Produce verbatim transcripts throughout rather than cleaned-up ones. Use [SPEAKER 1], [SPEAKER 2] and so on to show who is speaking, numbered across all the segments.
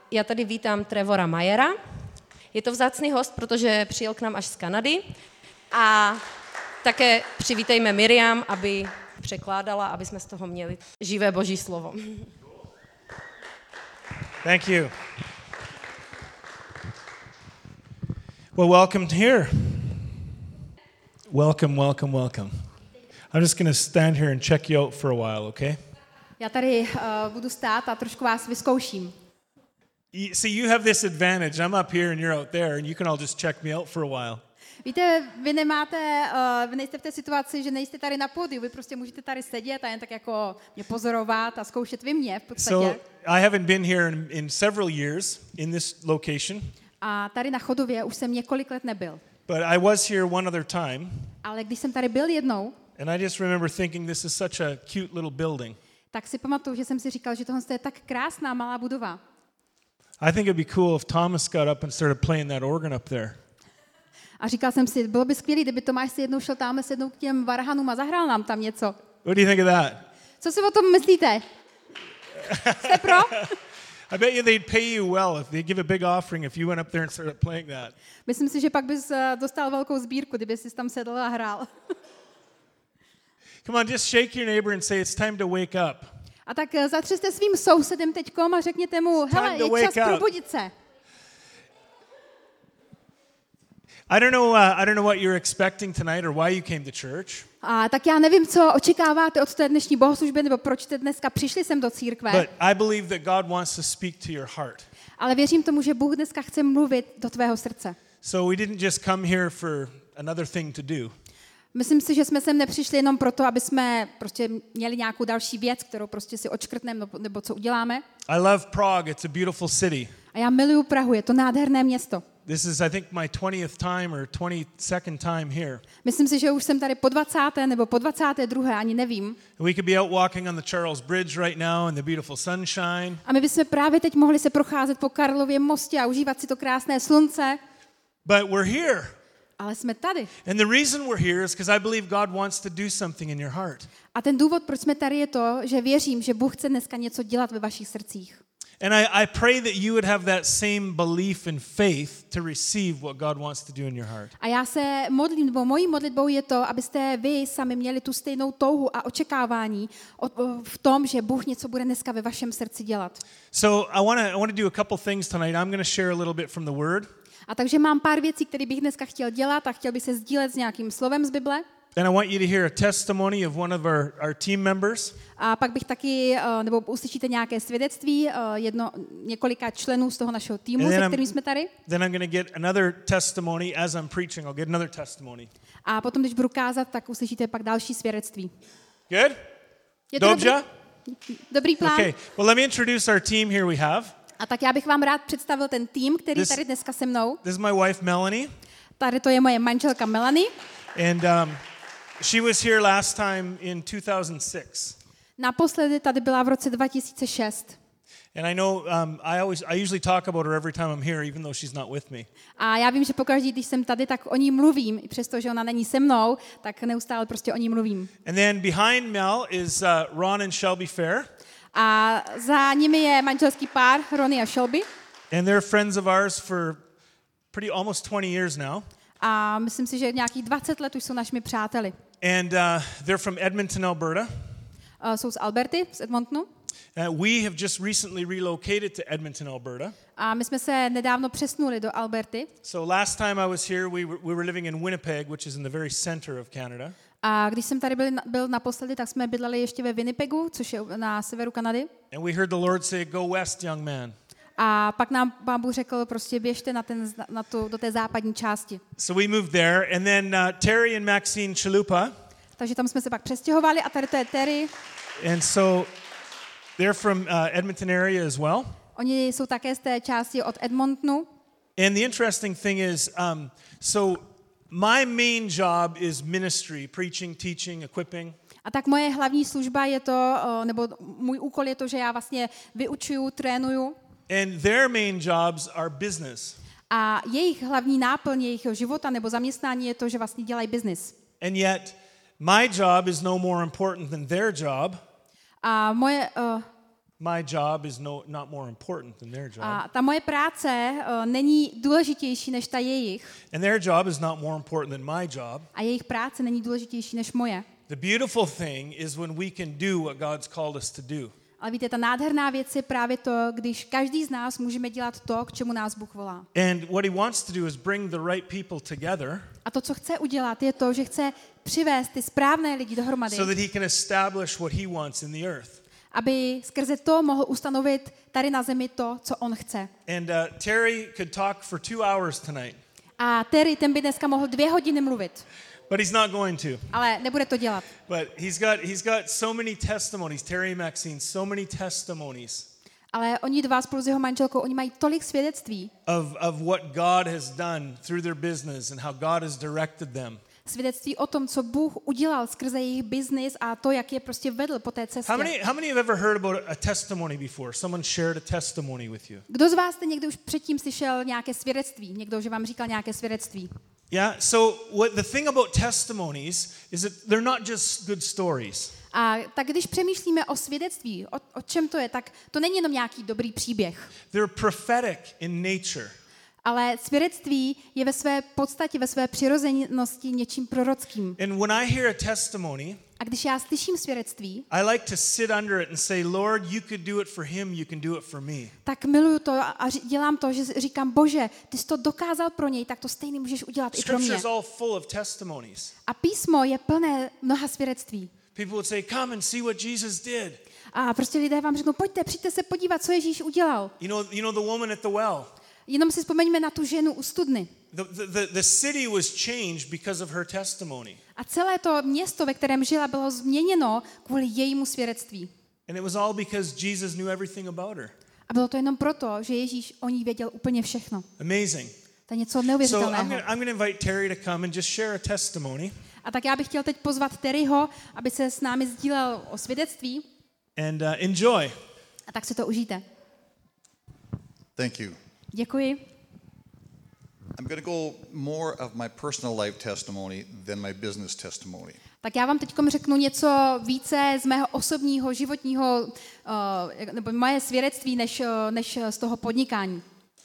[SPEAKER 1] já tady vítám Trevora Mayera. Je to vzácný host, protože přijel k nám až z Kanady. A také přivítejme Miriam, aby překládala, aby jsme z toho měli živé Boží slovo.
[SPEAKER 2] Thank you. Well, welcome here. Welcome, welcome, welcome. I'm just going to stand here and check you out for a while, okay?
[SPEAKER 3] Já tady uh, budu stát a trošku vás vyzkouším.
[SPEAKER 2] You, see, you have this advantage. I'm up here and you're out there, and you can all just check me out for a while.
[SPEAKER 3] Víte, vy nemáte, uh, vy nejste v té situaci, že nejste tady na pódiu, vy prostě můžete tady sedět a jen tak jako mě pozorovat a zkoušet vy mě v podstatě.
[SPEAKER 2] So I haven't been here in, in several years in this location.
[SPEAKER 3] A tady na Chodově už jsem několik let nebyl.
[SPEAKER 2] But I was here one other time.
[SPEAKER 3] Ale když jsem tady byl jednou,
[SPEAKER 2] And I just remember thinking this is such a cute little building.
[SPEAKER 3] tak si pamatuju, že jsem si říkal, že tohle je tak krásná malá budova.
[SPEAKER 2] I think it'd be cool if Thomas got up and started playing that organ up there.
[SPEAKER 3] A říkal jsem si, bylo by skvělé, kdyby Tomáš si jednou šel tamhle sednout k těm varhanům a zahrál nám tam něco.
[SPEAKER 2] What do you think of that?
[SPEAKER 3] Co si o tom myslíte? Jste pro?
[SPEAKER 2] I bet you they'd pay you well if they give a big offering if you went up there and started playing that.
[SPEAKER 3] Myslím si, že pak bys eh, dostal velkou sbírku, kdyby jsi tam sedl a hrál.
[SPEAKER 2] Come on, just shake your neighbor and say it's time to wake up.
[SPEAKER 3] A tak eh, zatřeste svým sousedem teďkom a řekněte mu, hele,
[SPEAKER 2] to
[SPEAKER 3] je
[SPEAKER 2] wake
[SPEAKER 3] čas
[SPEAKER 2] up.
[SPEAKER 3] probudit se.
[SPEAKER 2] I don't know. Uh, I don't know what you're expecting tonight or why you came to church.
[SPEAKER 3] A tak já nevím, co očekáváte od té dnešní bohoslužby, nebo proč jste dneska přišli sem do církve.
[SPEAKER 2] But I believe that God wants to speak to your heart.
[SPEAKER 3] Ale věřím tomu, že Bůh dneska chce mluvit do tvého srdce.
[SPEAKER 2] So we didn't just come here for another thing to do.
[SPEAKER 3] Myslím si, že jsme sem nepřišli jenom proto, aby jsme prostě měli nějakou další věc, kterou prostě si odškrtneme, nebo, nebo co uděláme.
[SPEAKER 2] I love Prague. It's a beautiful city.
[SPEAKER 3] A já miluju Prahu, je to nádherné město.
[SPEAKER 2] This is, I think, my twentieth time or twenty-second time here.
[SPEAKER 3] Myslím si, že už jsem tady po dvacáté nebo po dvacáté druhé, ani nevím.
[SPEAKER 2] We could be out walking on the Charles Bridge right now in the beautiful sunshine.
[SPEAKER 3] A my bychom právě teď mohli se procházet po Karlově mostě a užívat si to krásné slunce.
[SPEAKER 2] But we're here.
[SPEAKER 3] Ale jsme tady.
[SPEAKER 2] And the reason we're here is because I believe God wants to do something in your heart.
[SPEAKER 3] A ten důvod, proč jsme tady, je to, že věřím, že Bůh chce dneska něco dělat ve vašich srdcích.
[SPEAKER 2] And I, I pray that you would have that same belief and faith to receive what God wants to do in your heart.
[SPEAKER 3] A já se modlím, nebo mojí modlitbou je to, abyste vy sami měli tu stejnou touhu a očekávání v tom, že Bůh něco bude dneska ve vašem srdci dělat.
[SPEAKER 2] So I want to I want to do a couple things tonight. I'm going to share a little bit from the Word.
[SPEAKER 3] A takže mám pár věcí, které bych dneska chtěl dělat a chtěl bych se sdílet s nějakým slovem z Bible.
[SPEAKER 2] And I want you to hear a testimony of one of our, our team members.
[SPEAKER 3] A pak bych taky, nebo uslyšíte nějaké svědectví jedno, několika členů z toho našeho týmu, se kterým jsme tady.
[SPEAKER 2] Then I'm going to get another testimony as I'm preaching. I'll get another testimony.
[SPEAKER 3] A potom, když budu kázat, tak uslyšíte pak další svědectví.
[SPEAKER 2] Good?
[SPEAKER 3] Je to
[SPEAKER 2] Dobře?
[SPEAKER 3] dobrý, dobrý plán?
[SPEAKER 2] Okay. Well, let me introduce our team here we have.
[SPEAKER 3] A tak já bych vám rád představil ten tým, který
[SPEAKER 2] This-
[SPEAKER 3] tady dneska se mnou.
[SPEAKER 2] This is my wife Melanie,
[SPEAKER 3] Tady to je moje manželka Melanie.
[SPEAKER 2] and um, she was here last time in two thousand six.
[SPEAKER 3] Naposledy tady byla v roce dva tisíce šest.
[SPEAKER 2] And I know um, I always I usually talk about her every time I'm here, even though she's not with me.
[SPEAKER 3] A já vím, že pokaždý, když jsem tady, tak o ní mluvím. I přesto, že ona není se mnou, tak neustále prostě o ní mluvím.
[SPEAKER 2] And then behind Mel is uh, Ron and Shelby Fair,
[SPEAKER 3] A za nimi je manželský pár, Ronnie a Shelby.
[SPEAKER 2] and they're friends of ours for pretty almost twenty years now.
[SPEAKER 3] A myslím si, že nějakých dvacet let už jsou našimi přáteli.
[SPEAKER 2] And uh, they're from Edmonton, Alberta.
[SPEAKER 3] Uh, jsou z Alberty, z Edmontonu.
[SPEAKER 2] Uh, we have just recently relocated to Edmonton, Alberta.
[SPEAKER 3] A my jsme se nedávno přesnuli do Alberty.
[SPEAKER 2] So last time I was here, we were, we were living in Winnipeg, which is in the very center of Canada.
[SPEAKER 3] A když jsem tady byl, byl naposledy, tak jsme bydleli ještě ve Winnipegu, což je na severu Kanady.
[SPEAKER 2] And we heard the Lord say, "Go west, young man."
[SPEAKER 3] A pak nám Pán Bůh řekl, prostě běžte na ten, na tu, do té západní části.
[SPEAKER 2] So we moved there, and then uh, Terry and Maxine Chalupa,
[SPEAKER 3] Takže tam jsme se pak přestěhovali a tady to je Terry.
[SPEAKER 2] and so they're from uh, Edmonton area as well.
[SPEAKER 3] Oni jsou také z té části od Edmontonu.
[SPEAKER 2] And the interesting thing is, um, so my main job is ministry, preaching, teaching, equipping.
[SPEAKER 3] A tak moje hlavní služba je to, nebo můj úkol je to, že já vlastně vyučuju, trénuju.
[SPEAKER 2] And their main jobs are business.
[SPEAKER 3] A jejich hlavní náplň jejich života nebo zaměstnání je to, že vlastně dělají biznis.
[SPEAKER 2] And yet, my job is no more important than their job.
[SPEAKER 3] A moje, uh,
[SPEAKER 2] My job is no, not more important than their job.
[SPEAKER 3] A ta moje práce uh, není důležitější než ta jejich.
[SPEAKER 2] And their job is not more important than my job.
[SPEAKER 3] A jejich práce není důležitější než moje.
[SPEAKER 2] The beautiful thing is when we can do what God's called us to do.
[SPEAKER 3] Ale víte, ta nádherná věc je právě to, když každý z nás můžeme dělat to, k čemu nás Bůh volá.
[SPEAKER 2] And what he wants to do is bring the right people together
[SPEAKER 3] A to, co chce udělat, je to, že chce přivést ty správné lidi dohromady,
[SPEAKER 2] so that he can establish what he wants in the earth.
[SPEAKER 3] aby skrze to mohl ustanovit tady na zemi to, co on chce.
[SPEAKER 2] And uh, Terry could talk for two hours tonight,
[SPEAKER 3] A Terry, ten by dneska mohl dvě hodiny mluvit,
[SPEAKER 2] but he's not going to.
[SPEAKER 3] ale nebude to dělat.
[SPEAKER 2] But he's got he's got so many testimonies, Terry and Maxine, so many testimonies
[SPEAKER 3] Ale oni dva spolu s jeho manželkou, oni mají tolik svědectví,
[SPEAKER 2] of, of what God has done through their business and how God has directed them.
[SPEAKER 3] svědectví o tom, co Bůh udělal skrze jejich biznis a to, jak je prostě vedl po té cestě.
[SPEAKER 2] How many how many have ever heard about a testimony before? Someone shared a testimony with you.
[SPEAKER 3] Kdo z vás jste někdy už předtím slyšel nějaké svědectví? Někdo, že vám říkal nějaké svědectví?
[SPEAKER 2] Yeah, so what the thing about testimonies is that they're not just good stories.
[SPEAKER 3] A tak když přemýšlíme o svědectví, o, o čem to je, tak to není jenom nějaký dobrý příběh.
[SPEAKER 2] They're prophetic in nature.
[SPEAKER 3] Ale svědectví je ve své podstatě, ve své přirozenosti něčím prorockým.
[SPEAKER 2] And when I hear a testimony,
[SPEAKER 3] A když já slyším svědectví,
[SPEAKER 2] I like to sit under it and say, Lord, you could do it for him, you can do it for me.
[SPEAKER 3] tak miluju to a ři- dělám to, že říkám, Bože, ty jsi to dokázal pro něj, tak to stejný můžeš udělat i pro
[SPEAKER 2] Scripture
[SPEAKER 3] mě.
[SPEAKER 2] is all full of testimonies.
[SPEAKER 3] A písmo je plné mnoha svědectví.
[SPEAKER 2] People would say, come and see what Jesus did.
[SPEAKER 3] A prostě lidé vám řeknou, pojďte, přijďte se podívat, co Ježíš udělal.
[SPEAKER 2] You know, you know the woman at the well.
[SPEAKER 3] Jenom si vzpomeňme na tu ženu u studny.
[SPEAKER 2] The, the, the city was changed because of her testimony.
[SPEAKER 3] A celé to město, ve kterém žila, bylo změněno kvůli jejímu svědectví.
[SPEAKER 2] And it was all because Jesus knew everything about her.
[SPEAKER 3] A bylo to jenom proto, že Ježíš o ní věděl úplně všechno.
[SPEAKER 2] Amazing.
[SPEAKER 3] To je něco
[SPEAKER 2] So I'm
[SPEAKER 3] neuvěřitelného.
[SPEAKER 2] going I'm to invite Terry to come and just share a testimony.
[SPEAKER 3] A tak já bych chtěl teď pozvat Terryho, aby se s námi sdílel o svědectví.
[SPEAKER 2] And uh, enjoy.
[SPEAKER 3] A tak si to užijte.
[SPEAKER 4] Thank you.
[SPEAKER 3] Děkuji.
[SPEAKER 4] I'm going to go more of my personal life testimony than my business testimony.
[SPEAKER 3] Tak já vám teď řeknu něco více z mého osobního, životního, uh, nebo moje svědectví, než, uh, než z toho podnikání.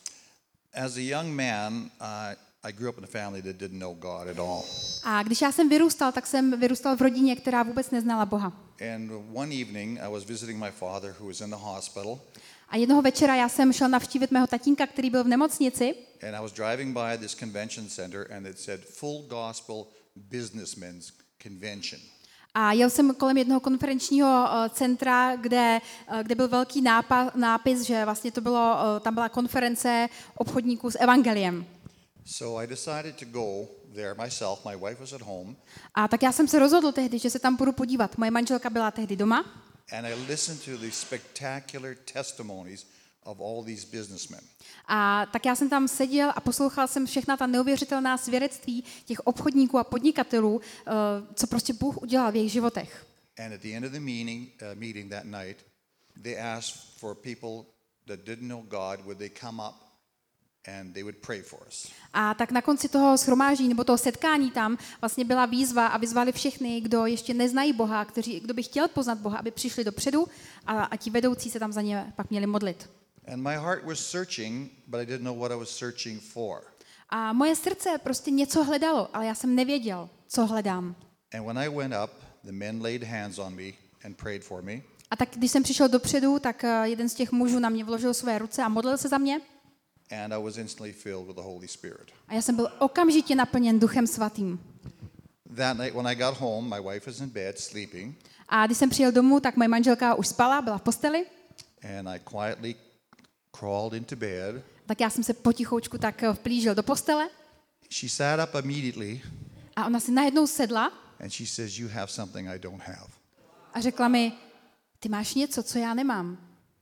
[SPEAKER 4] As a young man, uh, I grew up in a family that didn't know God at all.
[SPEAKER 3] A když já jsem vyrůstal, tak jsem vyrůstal v rodině, která vůbec neznala Boha.
[SPEAKER 4] And one evening, I was visiting my father, who was in the hospital,
[SPEAKER 3] A jednoho večera já jsem šel navštívit mého tatínka, který byl v nemocnici.
[SPEAKER 4] and I was driving by this convention center, and it said Full Gospel Businessmen's Convention.
[SPEAKER 3] A jel jsem kolem jednoho konferenčního uh, centra, kde, uh, kde byl velký nápa, nápis, že vlastně to bylo, uh, tam byla konference obchodníků s evangeliem.
[SPEAKER 4] So I decided to go there myself. My wife was at home,
[SPEAKER 3] A tak já jsem se rozhodl tehdy, že se tam půjdu podívat. Moje manželka byla tehdy doma.
[SPEAKER 4] and I listened to the spectacular testimonies of all these businessmen.
[SPEAKER 3] A tak já jsem tam seděl a poslouchal jsem všechna ta neuvěřitelná svědectví těch obchodníků a podnikatelů, uh, co prostě Bůh udělal v jejich životech.
[SPEAKER 4] And at the end of the meeting, uh, meeting that night, they asked for people that didn't know God, would they come up and they would pray for us.
[SPEAKER 3] A tak na konci toho shromáždění nebo toho setkání tam vlastně byla výzva a vyzvali všechny, kdo ještě neznají Boha, kteří, kdo by chtěl poznat Boha, aby přišli dopředu a, a ti vedoucí se tam za ně pak měli modlit.
[SPEAKER 4] And my heart was searching, but I didn't know what I was searching for.
[SPEAKER 3] A moje srdce prostě něco hledalo, ale já jsem nevěděl, co hledám.
[SPEAKER 4] And when I went up, the men laid hands on me and prayed for me.
[SPEAKER 3] A tak když jsem přišel dopředu, tak jeden z těch mužů na mě vložil své ruce a modlil se za mě.
[SPEAKER 4] And I was instantly filled with the Holy Spirit.
[SPEAKER 3] A já jsem byl okamžitě naplněn Duchem Svatým.
[SPEAKER 4] That night when I got home, my wife was in bed sleeping,
[SPEAKER 3] A když jsem přijel domů, tak moje manželka už spala, byla v posteli.
[SPEAKER 4] and I quietly crawled into bed.
[SPEAKER 3] Tak já jsem se potichoučku tak vplížil do postele
[SPEAKER 4] She sat up immediately
[SPEAKER 3] a ona si najednou sedla
[SPEAKER 4] and she says, "You have something I don't have."
[SPEAKER 3] a řekla mi, ty máš něco, co já nemám.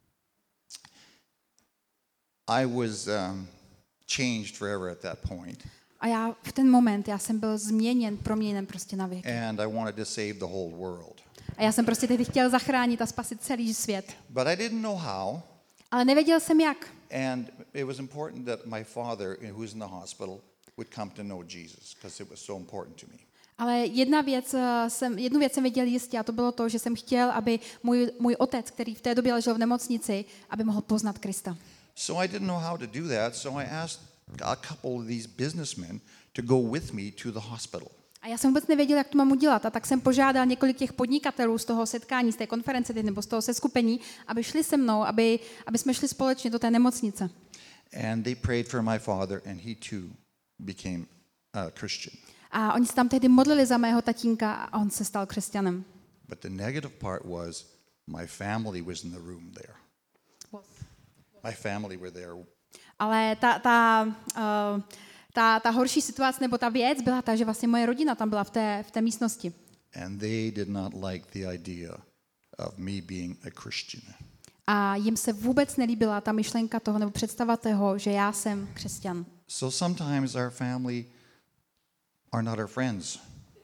[SPEAKER 4] I was um, changed forever at that point,
[SPEAKER 3] A já v ten moment, já jsem byl změněn, proměněn prostě na věky.
[SPEAKER 4] and I wanted to save the whole world.
[SPEAKER 3] A já jsem prostě tehdy chtěl zachránit a spasit celý svět.
[SPEAKER 4] But I didn't know how,
[SPEAKER 3] Ale nevěděl jsem jak.
[SPEAKER 4] and it was important that my father, who's in the hospital, would come to know Jesus, because it was so important to me.
[SPEAKER 3] Ale jedna věc eh, jsem, jednu věc jsem věděl jistě a to bylo to, že jsem chtěl, aby můj, můj otec, který v té době ležel v nemocnici, aby mohl poznat Krista.
[SPEAKER 4] So I didn't know how to do that, so I asked a couple of these businessmen to go with me to the hospital.
[SPEAKER 3] A já jsem vůbec nevěděl, jak to mám udělat. A tak jsem požádal několik těch podnikatelů z toho setkání, z té konference nebo z toho seskupení, aby šli se mnou, aby, aby jsme šli společně do té nemocnice.
[SPEAKER 4] And they prayed for my father, and he too became a Christian.
[SPEAKER 3] A oni se tam tehdy modlili za mého tatínka a on se stal křesťanem.
[SPEAKER 4] But the negative part was my family was in the room there. My family were there.
[SPEAKER 3] Ale ta, ta, uh, ta, ta horší situace nebo ta věc byla ta, že vlastně moje rodina tam byla v té, v té místnosti.
[SPEAKER 4] And they did not like the idea of me being a Christian.
[SPEAKER 3] A jim se vůbec nelíbila ta myšlenka toho nebo představa toho, že já jsem křesťan.
[SPEAKER 4] So sometimes our family are not our friends.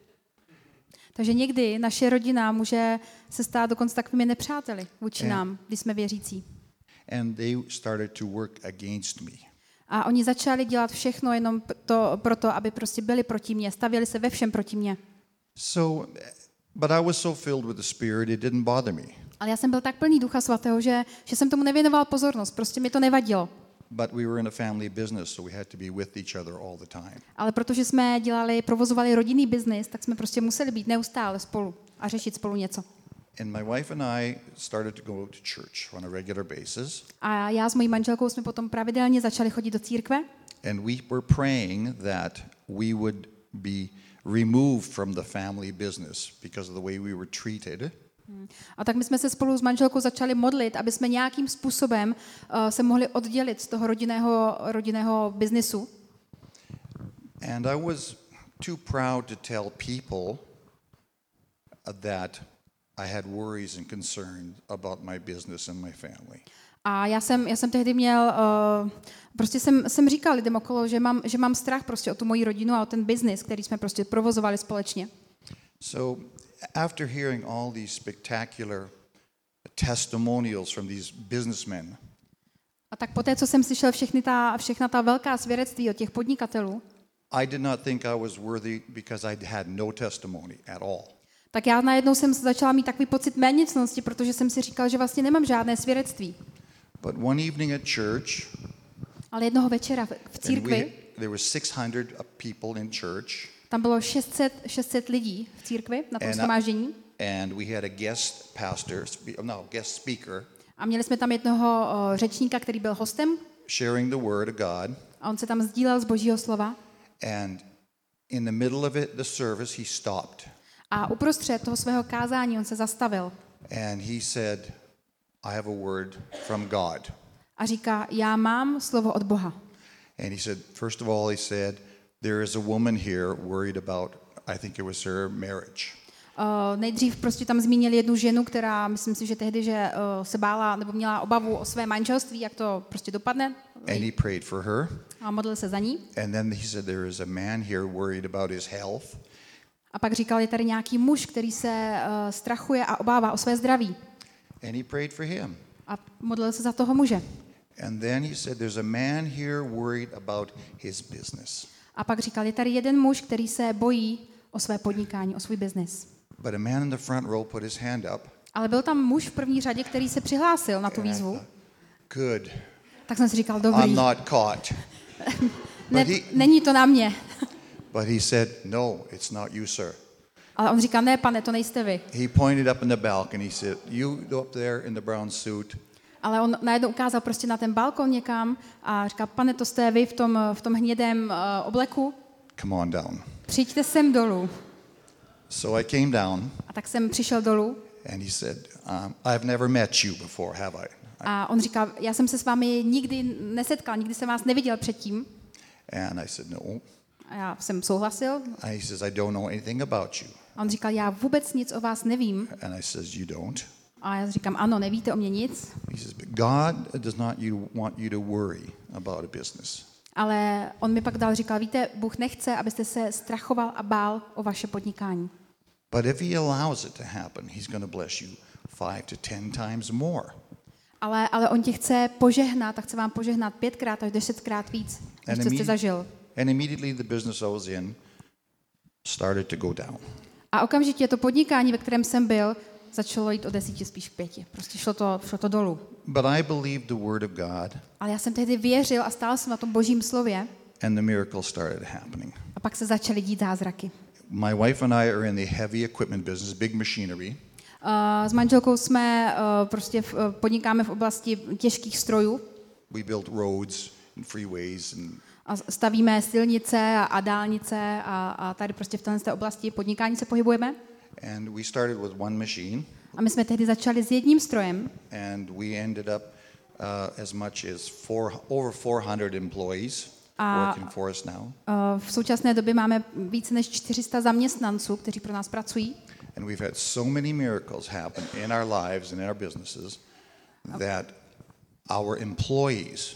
[SPEAKER 3] Takže někdy naše rodina může se stát dokonce takovými nepřáteli vůči
[SPEAKER 4] Yeah.
[SPEAKER 3] nám, když jsme věřící.
[SPEAKER 4] And they started to work against me.
[SPEAKER 3] A oni začali dělat všechno jenom to, proto, aby prostě byli proti mně, stavěli se ve všem proti mně.
[SPEAKER 4] So, but I was so filled with the Spirit, it didn't bother me.
[SPEAKER 3] Ale já jsem byl tak plný Ducha Svatého, že, že jsem tomu nevěnoval pozornost, prostě mi to nevadilo.
[SPEAKER 4] But we were in a family business, so we had to be with each other all the time.
[SPEAKER 3] Ale protože jsme dělali, provozovali rodinný biznis, tak jsme prostě museli být neustále spolu a řešit spolu něco.
[SPEAKER 4] And my wife and I started to go to church on a regular basis.
[SPEAKER 3] A já s mojí manželkou jsme potom pravidelně začali chodit do církve.
[SPEAKER 4] And we were praying that we would be removed from the family business because of the way we were treated.
[SPEAKER 3] A tak my jsme se spolu s manželkou začali modlit, aby jsme nějakým způsobem uh, se mohli oddělit z toho rodinného, rodinného biznisu.
[SPEAKER 4] And I was too proud to tell people that I had worries and concerns about my business and my family.
[SPEAKER 3] A já jsem, já jsem tehdy měl, uh, prostě jsem, jsem říkal lidem okolo, že mám, že mám strach prostě o tu moji rodinu a o ten biznis, který jsme prostě provozovali společně.
[SPEAKER 4] So after hearing all these spectacular testimonials from these businessmen,
[SPEAKER 3] A tak poté, co jsem slyšel všechny ta, všechna ta velká svědectví od těch podnikatelů,
[SPEAKER 4] I did not think I was worthy because I had no testimony at all.
[SPEAKER 3] tak já najednou jsem začala mít takový pocit méněcnosti, protože jsem si říkal, že vlastně nemám žádné svědectví.
[SPEAKER 4] But one evening at church,
[SPEAKER 3] Ale jednoho večera v- v
[SPEAKER 4] and we,
[SPEAKER 3] církvi,
[SPEAKER 4] there were six hundred people in church,
[SPEAKER 3] tam bylo šest set, šest set lidí v církvi na tom
[SPEAKER 4] And I-
[SPEAKER 3] shromáždění
[SPEAKER 4] and we had a guest pastor, spe- no, guest speaker,
[SPEAKER 3] a měli jsme tam jednoho o, řečníka, který byl hostem
[SPEAKER 4] sharing the word of God.
[SPEAKER 3] a on se tam sdílel z Božího slova
[SPEAKER 4] And in the middle of it, the service, he stopped
[SPEAKER 3] a uprostřed toho svého kázání on se zastavil
[SPEAKER 4] and he said, I have a word from God.
[SPEAKER 3] a říká, já mám slovo od Boha.
[SPEAKER 4] And he said, first of all, he said, there is a woman here worried about, I think it was her marriage.
[SPEAKER 3] Uh, nejdřív prostě tam zmínili jednu ženu, která, myslím si, že tehdy, že uh, se bála nebo měla obavu o své manželství, jak to prostě dopadne.
[SPEAKER 4] And he prayed for her.
[SPEAKER 3] A modlil se za ní.
[SPEAKER 4] And then he said, there is a man here worried about his health.
[SPEAKER 3] A pak říkal, je tady nějaký muž, který se uh, strachuje a obává o své zdraví.
[SPEAKER 4] And he prayed for him.
[SPEAKER 3] A modlil se za toho muže.
[SPEAKER 4] And then he said, there's a man here worried about his business.
[SPEAKER 3] A pak říkal, je tady jeden muž, který se bojí o své podnikání, o svůj biznis.
[SPEAKER 4] But a man in the front row put his hand up.
[SPEAKER 3] Ale byl tam muž v první řadě, který se přihlásil na tu výzvu.
[SPEAKER 4] Good.
[SPEAKER 3] Tak jsem si říkal,
[SPEAKER 4] I'm
[SPEAKER 3] dobrý,
[SPEAKER 4] not caught.
[SPEAKER 3] ne,
[SPEAKER 4] but he-
[SPEAKER 3] není to na mě.
[SPEAKER 4] But he said, no, it's not you, sir.
[SPEAKER 3] Ale on říkal, ne, pane, to nejste vy.
[SPEAKER 4] He pointed up in the balcony. He said, you up there in the brown suit.
[SPEAKER 3] Ale on najednou ukázal prostě na ten balkon někam a říkal, pane, to jste vy v tom, v tom hnědém uh, obleku,
[SPEAKER 4] Come on down.
[SPEAKER 3] přijďte sem dolů.
[SPEAKER 4] So I came down,
[SPEAKER 3] A tak jsem přišel dolů
[SPEAKER 4] and he said, um, I've never met you before, have I?
[SPEAKER 3] a on říkal, já jsem se s vámi nikdy nesetkal, nikdy jsem vás neviděl předtím.
[SPEAKER 4] And I said, no.
[SPEAKER 3] A já jsem souhlasil.
[SPEAKER 4] And he says, I don't know anything about you.
[SPEAKER 3] A on říkal, já vůbec nic o vás nevím.
[SPEAKER 4] And I says, you don't?
[SPEAKER 3] A já říkám, ano, nevíte o mě nic.
[SPEAKER 4] He says, but God does not you want you to worry about a business.
[SPEAKER 3] Ale on mi pak dál říkal, víte, Bůh nechce, abyste se strachoval a bál o vaše podnikání.
[SPEAKER 4] But if he allows it to happen, he's going to bless you five to ten times more.
[SPEAKER 3] Ale, ale on tě chce požehnat a chce vám požehnat pětkrát až desetkrát víc, než
[SPEAKER 4] And
[SPEAKER 3] co jste
[SPEAKER 4] imme-
[SPEAKER 3] zažil.
[SPEAKER 4] And immediately the business I was in started to go down.
[SPEAKER 3] A okamžitě to podnikání, ve kterém jsem byl, začalo jít od desíti spíš k pěti. Prostě šlo to, šlo to dolů.
[SPEAKER 4] But I believed the word of God,
[SPEAKER 3] Ale já jsem tehdy věřil a stál jsem na tom božím slově
[SPEAKER 4] and the miracles started happening.
[SPEAKER 3] a pak se začaly dít zázraky.
[SPEAKER 4] My wife and I are in the heavy equipment business, big machinery.
[SPEAKER 3] Uh, s manželkou jsme uh, prostě v, uh, podnikáme v oblasti těžkých strojů
[SPEAKER 4] We build roads and freeways and
[SPEAKER 3] a stavíme silnice a, a dálnice a, a tady prostě v této oblasti podnikání se pohybujeme.
[SPEAKER 4] and we started with one machine,
[SPEAKER 3] A my jsme tehdy začali s jedním strojem
[SPEAKER 4] and we ended up uh, as much as four, over four hundred employees
[SPEAKER 3] A-
[SPEAKER 4] working for us now.
[SPEAKER 3] Uh, v současné době máme více než čtyři sta zaměstnanců, kteří pro nás pracují.
[SPEAKER 4] And we've had so many miracles happen in our lives and in our businesses that our employees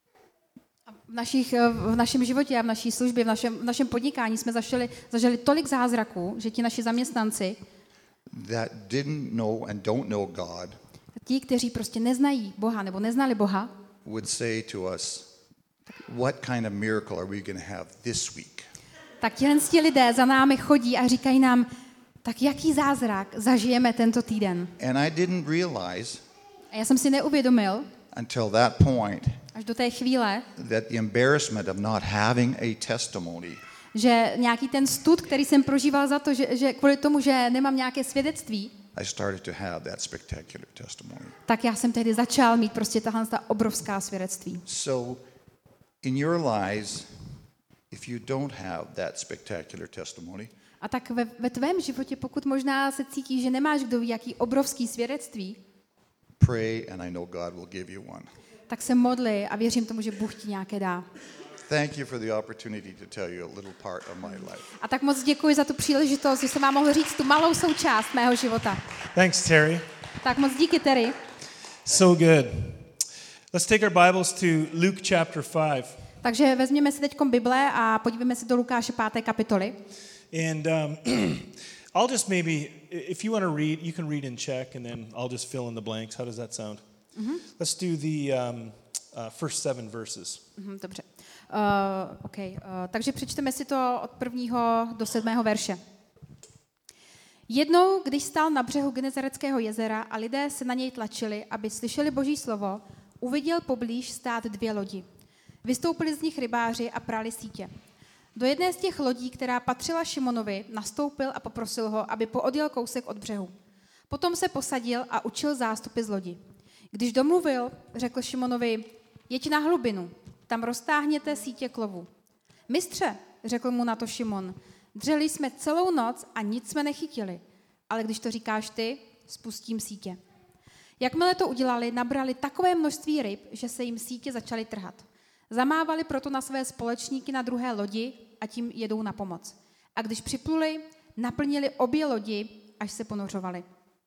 [SPEAKER 3] V, našich, uh, v našem životě a v naší službě, v našem, v našem podnikání jsme zažili, zažili tolik zázraků, že ti naši zaměstnanci,
[SPEAKER 4] that didn't know and don't know God
[SPEAKER 3] ti, kteří prostě neznají Boha nebo neznali Boha,
[SPEAKER 4] would say to us, what kind of miracle are we going to have this week?
[SPEAKER 3] tak tihle ti lidé za námi chodí a říkají nám, tak jaký zázrak zažijeme tento týden.
[SPEAKER 4] And I didn't realize
[SPEAKER 3] A já jsem si neuvědomil,
[SPEAKER 4] until that point
[SPEAKER 3] až do té chvíle,
[SPEAKER 4] that the embarrassment of not having a testimony
[SPEAKER 3] že nějaký ten stud, který jsem prožíval za to, že, že kvůli tomu, že nemám nějaké svědectví,
[SPEAKER 4] I started to have that spectacular testimony.
[SPEAKER 3] tak já jsem tehdy začal mít prostě tahle ta obrovská svědectví.
[SPEAKER 4] So in your lives, if you don't have that spectacular testimony,
[SPEAKER 3] A tak ve, ve tvém životě, pokud možná se cítíš, že nemáš kdo ví, jaký obrovský svědectví,
[SPEAKER 4] pray and I know God will give you one.
[SPEAKER 3] tak se modli a věřím tomu, že Bůh ti nějaké dá.
[SPEAKER 4] Thank you for the opportunity to tell you a little part of my life.
[SPEAKER 3] A tak moc děkuji za tu příležitost, že jsem vám mohl říct tu malou součást mého života.
[SPEAKER 2] Thanks, Terry.
[SPEAKER 3] Tak moc díky, Terry.
[SPEAKER 2] So good. Let's take our Bibles to Luke chapter five.
[SPEAKER 3] Takže vezměme si teď Bible a podívejme se do Lukáše páté kapitoly.
[SPEAKER 2] And um, I'll just maybe, if you want to read, you can read in Czech, and then I'll just fill in the blanks. How does that sound? Mm-hmm. Let's do the um, uh, first seven verses.
[SPEAKER 3] Mhm, dobře. Uh, okay. uh, takže přečteme si to od prvního do sedmého verše. Jednou, když stál na břehu Genezareckého jezera a lidé se na něj tlačili, aby slyšeli Boží slovo, uviděl poblíž stát dvě lodi. Vystoupili z nich rybáři a prali sítě. Do jedné z těch lodí, která patřila Šimonovi, nastoupil a poprosil ho, aby poodjel kousek od břehu. Potom se posadil a učil zástupy z lodi. Když domluvil, řekl Šimonovi, jeď na hlubinu, tam roztáhněte sítě k lovu. Mistře, řekl mu na to Šimon, dřeli jsme celou noc a nic jsme nechytili, ale když to říkáš ty, spustím sítě. Jakmile to udělali, nabrali takové množství ryb, že se jim sítě začaly trhat. Zamávali proto na své společníky na druhé lodi a tím jedou na pomoc. A když připluli, naplnili obě lodi, až se ponořovali.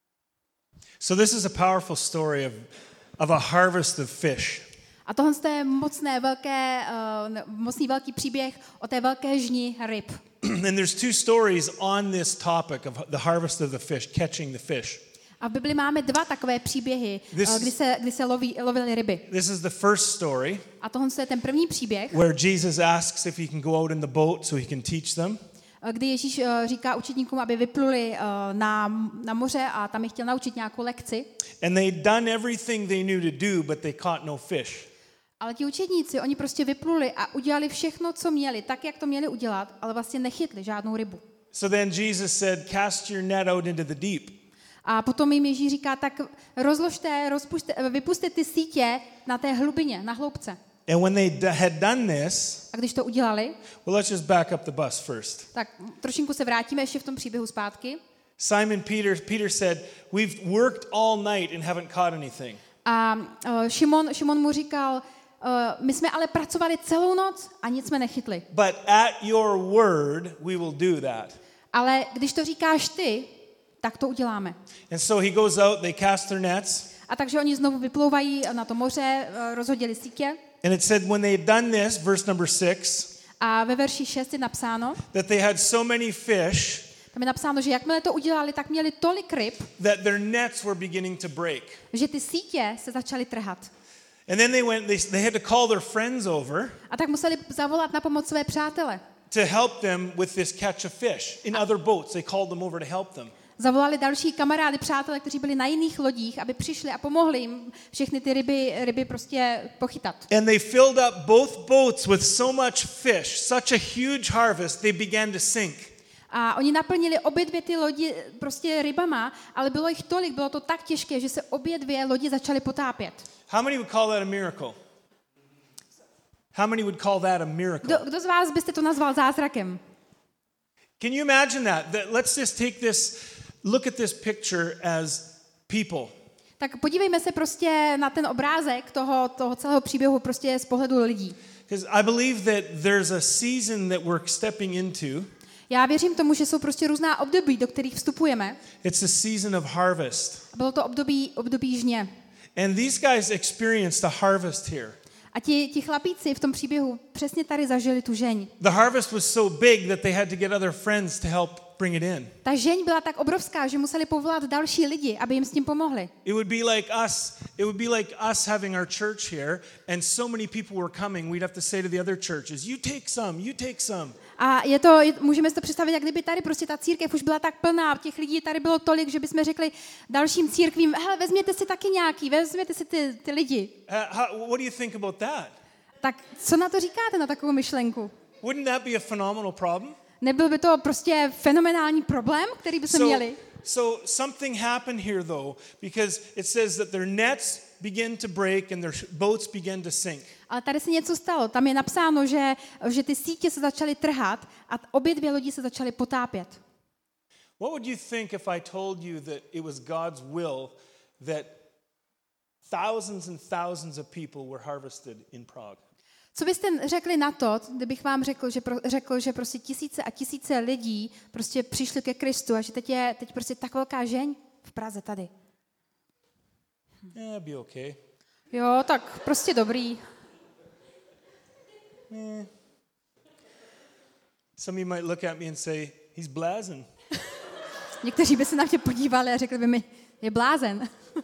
[SPEAKER 2] So this is a powerful story of, of a harvest of fish.
[SPEAKER 3] A tohle je mocné, velké, uh, mocný velký příběh o té velké žni ryb.
[SPEAKER 2] And there's two stories on this topic of the harvest of the fish, catching the fish.
[SPEAKER 3] A v Bibli máme dva takové příběhy,
[SPEAKER 2] This
[SPEAKER 3] uh,
[SPEAKER 2] is-
[SPEAKER 3] kdy se, kdy se loví, lovily ryby.
[SPEAKER 2] This is the first story
[SPEAKER 3] A tohle je ten první příběh,
[SPEAKER 2] where Jesus asks if he can go out in the boat so he can teach them.
[SPEAKER 3] uh, kdy Ježíš uh, říká učedníkům, aby vypluli uh, na, na moře a tam je chtěl naučit nějakou lekci.
[SPEAKER 2] And they'd done everything they knew to do, but they caught no fish.
[SPEAKER 3] Ale ti učedníci, oni prostě vypluli a udělali všechno, co měli, tak, jak to měli udělat, ale vlastně nechytli žádnou rybu.
[SPEAKER 2] So then Jesus said, cast your net out into the deep.
[SPEAKER 3] A potom jim Ježíš říká, tak rozložte, rozpušte, vypuste ty sítě na té hlubině, na hloubce.
[SPEAKER 2] And when they d- had done this,
[SPEAKER 3] A když to udělali,
[SPEAKER 2] well, let's just back up the bus first.
[SPEAKER 3] tak trošinku se vrátíme ještě v tom příběhu zpátky.
[SPEAKER 2] Simon Peter, Peter said, we've worked all night and haven't caught anything.
[SPEAKER 3] A uh, Šimon, Šimon mu říkal, uh, my jsme ale pracovali celou noc a nic jsme nechytli.
[SPEAKER 2] But at your word, we will do that.
[SPEAKER 3] Ale když to říkáš ty, tak to uděláme.
[SPEAKER 2] And so he goes out, they cast their nets.
[SPEAKER 3] A takže oni znovu vyplouvají na to moře, uh, rozhodili sítě.
[SPEAKER 2] And it said when they had done this, verse number six,
[SPEAKER 3] A ve verši šest je napsáno,
[SPEAKER 2] that they had so many fish
[SPEAKER 3] tam je napsáno, že jakmile to udělali, tak měli tolik ryb,
[SPEAKER 2] that their nets were beginning to break.
[SPEAKER 3] že ty sítě se začaly trhat.
[SPEAKER 2] And then they went, they, they had to call their friends over
[SPEAKER 3] A tak museli zavolat na pomoc své přátele.
[SPEAKER 2] to help them with this catch of fish in other boats. They called them over to help them.
[SPEAKER 3] Zavolali další kamarády, přátelé, kteří byli na jiných lodích, aby přišli a pomohli jim všechny ty ryby, ryby prostě pochytat.
[SPEAKER 2] And they filled up both boats with so much fish, such a huge harvest, they began to sink.
[SPEAKER 3] A oni naplnili obě dvě ty lodi prostě rybama, ale bylo jich tolik, bylo to tak těžké, že se obě dvě lodi začaly potápět.
[SPEAKER 2] How many would call that a miracle? How many would call that a miracle?
[SPEAKER 3] Kdo, kdo z vás byste to nazval zázrakem?
[SPEAKER 2] Can you imagine that? That let's just take this, look at this picture as people.
[SPEAKER 3] Tak podívejme se prostě na ten obrázek toho, toho celého příběhu prostě z pohledu lidí.
[SPEAKER 2] Because I believe that there's a season that we're stepping into.
[SPEAKER 3] Já věřím tomu, že jsou prostě různá období, do kterých vstupujeme.
[SPEAKER 2] It's a season of harvest.
[SPEAKER 3] Bylo to období, období žně.
[SPEAKER 2] And these guys experienced a harvest here.
[SPEAKER 3] A ti, ti chlapíci v tom příběhu přesně tady zažili tu žeň.
[SPEAKER 2] The harvest was so big that they had to get other friends to help bring it in.
[SPEAKER 3] Ta žeň byla tak obrovská, že museli povolat další lidi, aby jim s tím pomohli.
[SPEAKER 2] It would be like us, it would be like us having our church here and so many people were coming, we'd have to say to the other churches, you take some, you take some.
[SPEAKER 3] A je to, můžeme si to představit, jak kdyby tady prostě ta církev už byla tak plná, těch lidí tady bylo tolik, že bychom řekli dalším církvím, hele, vezměte si taky nějaký, vezměte si ty, ty lidi.
[SPEAKER 2] Uh, how, what do you think about that?
[SPEAKER 3] Tak co na to říkáte, na takovou myšlenku?
[SPEAKER 2] Wouldn't that be a phenomenal problem?
[SPEAKER 3] Nebyl by to prostě fenomenální problém, který by se
[SPEAKER 2] So,
[SPEAKER 3] měli?
[SPEAKER 2] so something happened here though, because it says that their nets began to break and their boats began to sink.
[SPEAKER 3] Ale tady se něco stalo. Tam je napsáno, že, že ty sítě se začaly trhat a obě dvě lodi se začaly potápět.
[SPEAKER 2] What would you think if I told you that it was God's will that thousands and thousands of people were harvested in Prague?
[SPEAKER 3] Co byste řekli na to, kdybych vám řekl, že, pro, řekl, že prostě tisíce a tisíce lidí prostě přišli ke Kristu a že teď je teď prostě tak velká žeň v Praze tady?
[SPEAKER 2] Yeah, be okay.
[SPEAKER 3] Jo, tak prostě dobrý.
[SPEAKER 2] Eh. Some of you might look at me and say, he's blasing.
[SPEAKER 3] Někteří by se na mě podívali a řekli by mi, je blázen.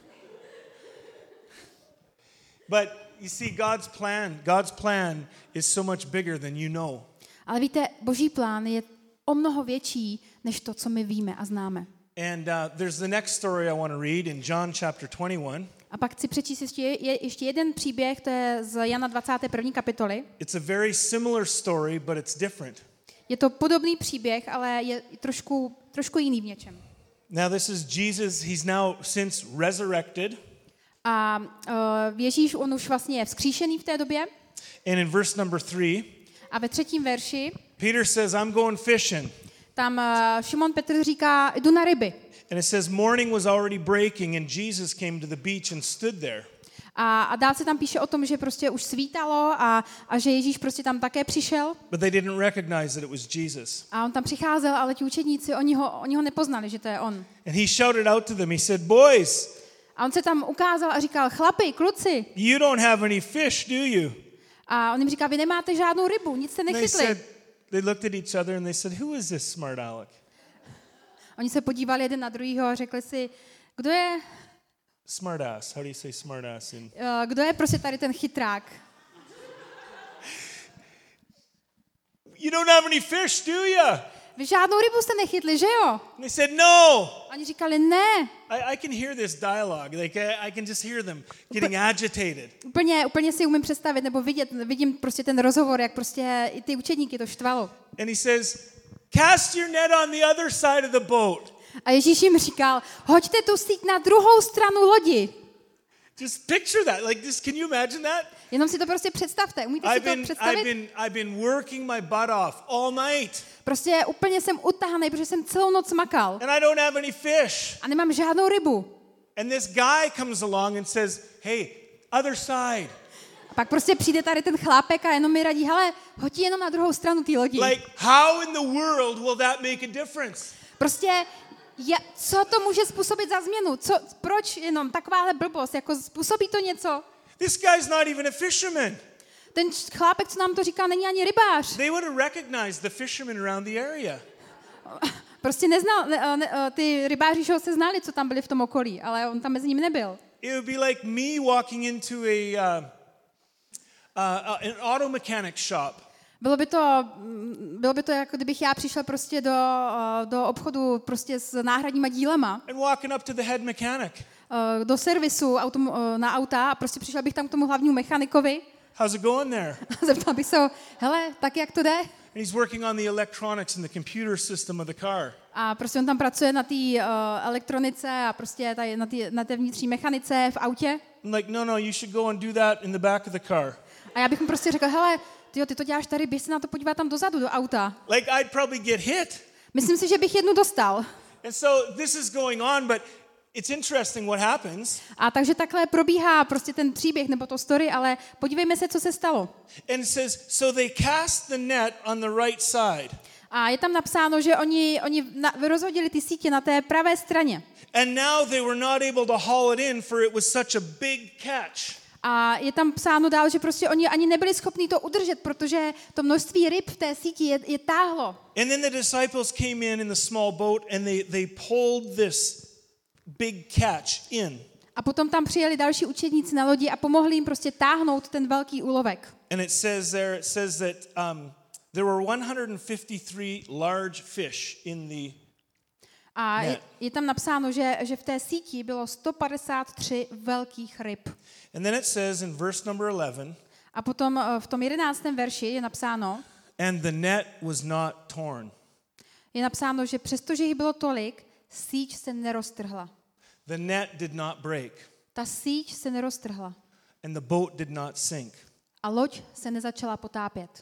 [SPEAKER 2] But you see, God's plan, God's plan is so much bigger than you know.
[SPEAKER 3] Ale víte, Boží plán je o mnoho větší, než to, co my víme a známe.
[SPEAKER 2] And uh, there's the next story I want to read in John chapter twenty-one.
[SPEAKER 3] A pak chci přečíst ještě, je, ještě jeden příběh, to je z Jana dvacáté první kapitoly.
[SPEAKER 2] It's a very similar story, but it's different.
[SPEAKER 3] Je to podobný příběh, ale je trošku, trošku jiný v něčem.
[SPEAKER 2] Now this is Jesus, he's now since resurrected.
[SPEAKER 3] A uh, Ježíš, on už vlastně je vzkříšený v té době.
[SPEAKER 2] And in verse number three,
[SPEAKER 3] A ve třetím verši
[SPEAKER 2] Peter says, I'm going fishing.
[SPEAKER 3] tam uh, Šimon Petr říká, jdu na ryby.
[SPEAKER 2] And it says, morning was already breaking and Jesus came to the beach and stood there.
[SPEAKER 3] A, a dál se tam píše o tom, že prostě už svítalo a, a že Ježíš prostě tam také přišel.
[SPEAKER 2] But they didn't recognize that it was Jesus.
[SPEAKER 3] A on tam přicházel, ale ti učedníci, oni ho, oni ho nepoznali, že to je on.
[SPEAKER 2] And he shouted out to them, he said, boys,
[SPEAKER 3] A on se tam ukázal a říkal, chlapi, kluci.
[SPEAKER 2] you don't have any fish, do you?
[SPEAKER 3] A on jim říká, vy nemáte žádnou rybu, nic jste
[SPEAKER 2] And they
[SPEAKER 3] nechytli.
[SPEAKER 2] said, they looked at each other and they said, who is this smart aleck?
[SPEAKER 3] Oni se podívali jeden na druhýho a řekli si, kdo je,
[SPEAKER 2] Smart ass. How do you say smart ass in?
[SPEAKER 3] uh, kdo je prostě tady ten chytrák?
[SPEAKER 2] You don't have any fish, do you?
[SPEAKER 3] Vy žádnou rybu jste nechytli, že jo?
[SPEAKER 2] And they said, no.
[SPEAKER 3] Oni říkali, ne.
[SPEAKER 2] I, I can hear this dialogue. Like I, I can just hear them getting agitated.
[SPEAKER 3] Úplně, úplně si umím představit nebo vidět, vidím prostě ten rozhovor, jak prostě i ty učedníky to štvalo.
[SPEAKER 2] And he says, cast your net on the other side of the boat.
[SPEAKER 3] A Ježíš jim říkal, hoďte tu síť na druhou stranu lodi.
[SPEAKER 2] Just picture that. Like this, can you imagine that?
[SPEAKER 3] Jenom si to prostě představte. Umíte si
[SPEAKER 2] I've
[SPEAKER 3] to
[SPEAKER 2] been, I've
[SPEAKER 3] představit?
[SPEAKER 2] been, I've been working my butt off all night.
[SPEAKER 3] Prostě úplně jsem utahaný, protože jsem celou noc makal.
[SPEAKER 2] And I don't have any fish.
[SPEAKER 3] A nemám žádnou rybu.
[SPEAKER 2] And this guy comes along and says, hey, other side.
[SPEAKER 3] A pak prostě přijde tady ten chlápek a jenom mi radí, hele, hoď jenom na druhou stranu té lodi.
[SPEAKER 2] Like, how in the world will that make a difference?
[SPEAKER 3] Prostě, je, co to může způsobit za změnu? Co, proč jenom takováhle blbost? Jako způsobí to něco?
[SPEAKER 2] This guy's not even a fisherman.
[SPEAKER 3] Ten chlápek, co nám to říká, není ani rybář.
[SPEAKER 2] They would have recognized the fishermen around the area.
[SPEAKER 3] Prostě neznal, ne, ne, ty rybáři že ho se znali, co tam byli v tom okolí, ale on tam mezi nimi nebyl.
[SPEAKER 2] It would be like me walking into a uh, uh, an auto mechanic shop.
[SPEAKER 3] Bylo by to, mm, bylo by to jako kdybych já přišel prostě do, uh, do obchodu prostě s náhradníma dílema,
[SPEAKER 2] and walking up to the head mechanic.
[SPEAKER 3] uh, do servisu autom, uh, na auta a prostě přišel bych tam k tomu hlavnímu mechanikovi
[SPEAKER 2] How's it going there?
[SPEAKER 3] a zeptal bych se ho, hele, tak jak to jde?
[SPEAKER 2] And he's working on the electronics and the computer system of the car.
[SPEAKER 3] A prostě on tam pracuje na té uh, elektronice a prostě tady, na, tý, na té vnitřní mechanice v autě.
[SPEAKER 2] I'm like, no, no, you should go and do that in the back of the car.
[SPEAKER 3] A já bych mu prostě řekl, hele, tyjo, ty to děláš tady, běž se na to podívat tam dozadu, do auta.
[SPEAKER 2] Like, I'd probably get hit.
[SPEAKER 3] Myslím si, že bych jednu dostal.
[SPEAKER 2] And so this is going on, but it's interesting what happens.
[SPEAKER 3] A takže takhle probíhá prostě ten příběh nebo to story, ale podívejme se, co se stalo.
[SPEAKER 2] And it says, so they cast the net on the right side.
[SPEAKER 3] A je tam napsáno, že oni, oni na, rozhodili ty sítě na té pravé straně.
[SPEAKER 2] And now they were not able to haul it in, for it was such a big catch.
[SPEAKER 3] A je tam psáno dál, že prostě oni ani nebyli schopni to udržet, protože to množství ryb v té síti je, je táhlo.
[SPEAKER 2] And then the disciples came in in the small boat and they, they pulled this big catch in.
[SPEAKER 3] A potom tam přijeli další učedníci na lodi a pomohli jim prostě táhnout ten velký úlovek.
[SPEAKER 2] And it says there, it says that um, there were one hundred fifty-three large fish in the
[SPEAKER 3] A je,
[SPEAKER 2] net.
[SPEAKER 3] je tam napsáno, že, že v té síti bylo sto padesát tři velkých ryb.
[SPEAKER 2] And then it says in verse number eleven,
[SPEAKER 3] A potom eh, v tom jedenáctém verši je napsáno,
[SPEAKER 2] and the net was not torn.
[SPEAKER 3] je napsáno, že přestože jich bylo tolik, síť se neroztrhla.
[SPEAKER 2] The net did not break,
[SPEAKER 3] Ta síť se neroztrhla
[SPEAKER 2] and the boat did not sink.
[SPEAKER 3] a loď se nezačala potápět.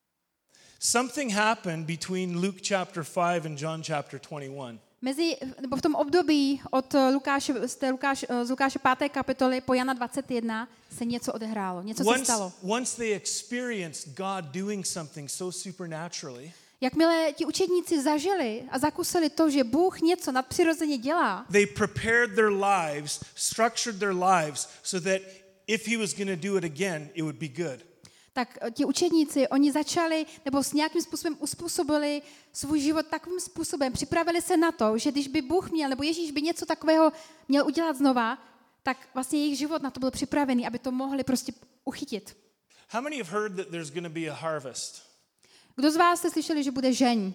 [SPEAKER 2] Something happened between Luke chapter five and John chapter twenty-one.
[SPEAKER 3] Mezi, nebo v tom období od Lukáše, z, té Lukáš, z Lukáše páté kapitoly po Jana dvacet jedna se něco odehrálo, něco se
[SPEAKER 2] Once,
[SPEAKER 3] stalo.
[SPEAKER 2] once they experienced God doing something so supernaturally,
[SPEAKER 3] Jakmile ti učedníci zažili a zakusili to, že Bůh něco nadpřirozeně dělá,
[SPEAKER 2] they prepared their lives, structured their lives so that if he was going to do it again, it would be good.
[SPEAKER 3] tak ti učedníci, oni začali, nebo s nějakým způsobem uspůsobili svůj život takovým způsobem, připravili se na to, že když by Bůh měl, nebo Ježíš by něco takového měl udělat znova, tak vlastně jejich život na to byl připravený, aby to mohli prostě uchytit.
[SPEAKER 2] How many have heard that there's going to be a harvest?
[SPEAKER 3] Kdo z vás jste slyšeli, že bude žeň?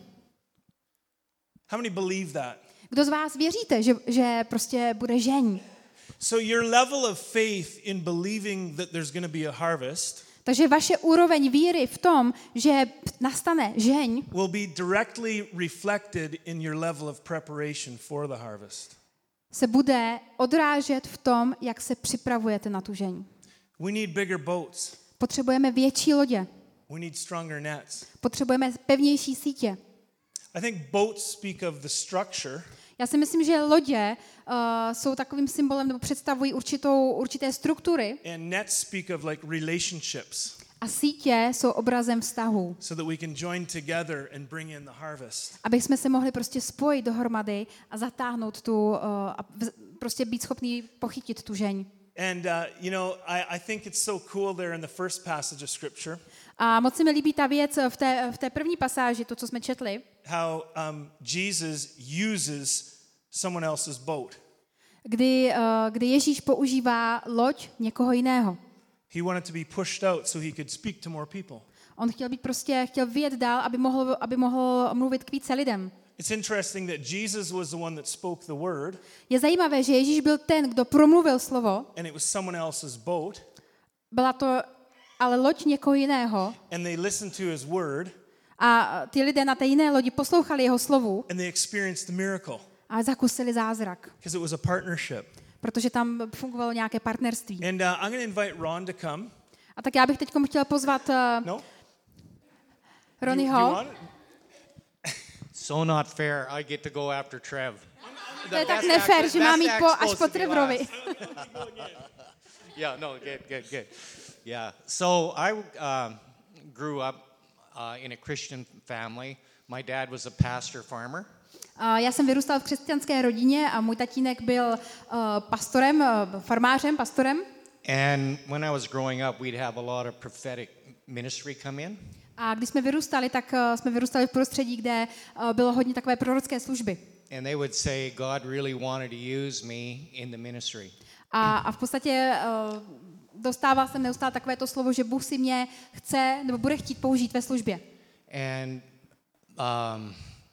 [SPEAKER 2] How many believe that?
[SPEAKER 3] Kdo z vás věříte, že, že prostě bude žeň?
[SPEAKER 2] So your level of faith in believing that there's going to be a harvest
[SPEAKER 3] Takže vaše úroveň víry v tom, že nastane žeň,
[SPEAKER 2] will be directly reflected in your level of preparation for the harvest.
[SPEAKER 3] se bude odrážet v tom, jak se připravujete na tu žeň.
[SPEAKER 2] We need bigger boats.
[SPEAKER 3] Potřebujeme větší lodě,
[SPEAKER 2] We need stronger nets.
[SPEAKER 3] potřebujeme pevnější sítě.
[SPEAKER 2] I think boats speak of the structure,
[SPEAKER 3] Já si myslím, že lodě uh, jsou takovým symbolem nebo představují určitou, určité struktury
[SPEAKER 2] and nets speak of like relationships,
[SPEAKER 3] a sítě jsou obrazem vztahů,
[SPEAKER 2] so that we can join together and bring in the harvest.
[SPEAKER 3] aby jsme se mohli prostě spojit dohromady a zatáhnout tu, uh, a v, prostě být schopný pochytit tu žeň.
[SPEAKER 2] And uh, you know, I, I think it's so cool there in the first passage of Scripture
[SPEAKER 3] A moc se mi líbí ta věc v té, v té první pasáži, to, co jsme četli,
[SPEAKER 2] how um, Jesus uses someone else's boat.
[SPEAKER 3] kdy, uh, kdy Ježíš používá loď někoho jiného.
[SPEAKER 2] He wanted to be pushed out so he could speak to more people.
[SPEAKER 3] On chtěl být prostě, chtěl vyjet dál, aby mohl, aby mohl mluvit k více lidem.
[SPEAKER 2] It's interesting that Jesus was the one that spoke the word,
[SPEAKER 3] Je zajímavé, že Ježíš byl ten, kdo promluvil slovo,
[SPEAKER 2] and it was someone else's boat,
[SPEAKER 3] byla to ale loď někoho jiného
[SPEAKER 2] and they listened to his word,
[SPEAKER 3] a ty lidé na té jiné lodi poslouchali jeho slovu
[SPEAKER 2] and they experienced the miracle
[SPEAKER 3] a zakusili zázrak,
[SPEAKER 2] because it was a partnership.
[SPEAKER 3] protože tam fungovalo nějaké partnerství.
[SPEAKER 2] And uh, I'm going to invite Ron to come.
[SPEAKER 3] A tak já bych teď chtěl pozvat uh,
[SPEAKER 2] No?
[SPEAKER 3] Ronnieho.
[SPEAKER 2] You- you want?
[SPEAKER 5] So not fair. I get to go after Trev.
[SPEAKER 3] To je
[SPEAKER 5] The
[SPEAKER 3] tak
[SPEAKER 5] best
[SPEAKER 3] nefér,
[SPEAKER 5] act-
[SPEAKER 3] že
[SPEAKER 5] best
[SPEAKER 3] mám jít
[SPEAKER 5] act's
[SPEAKER 3] po, až
[SPEAKER 5] supposed
[SPEAKER 3] po
[SPEAKER 5] to be
[SPEAKER 3] Trevovi.
[SPEAKER 5] last. Yeah, no, good, good, good. Yeah. So I uh, grew up uh, in a Christian family. My dad was a pastor farmer.
[SPEAKER 3] Uh, já jsem vyrůstal v křesťanské rodině a můj tatínek byl uh, pastorem, uh, farmářem, pastorem.
[SPEAKER 5] And when I was growing up, we'd have a lot of prophetic ministry come in.
[SPEAKER 3] A když jsme vyrůstali, tak uh, jsme vyrůstali v prostředí, kde uh, bylo hodně takové prorocké služby.
[SPEAKER 5] And they would say God really wanted to use me in the ministry.
[SPEAKER 3] A, a v podstatě uh, dostával jsem neustále takové to slovo, že Bůh si mě chce nebo bude chtít použít ve službě.
[SPEAKER 5] And um,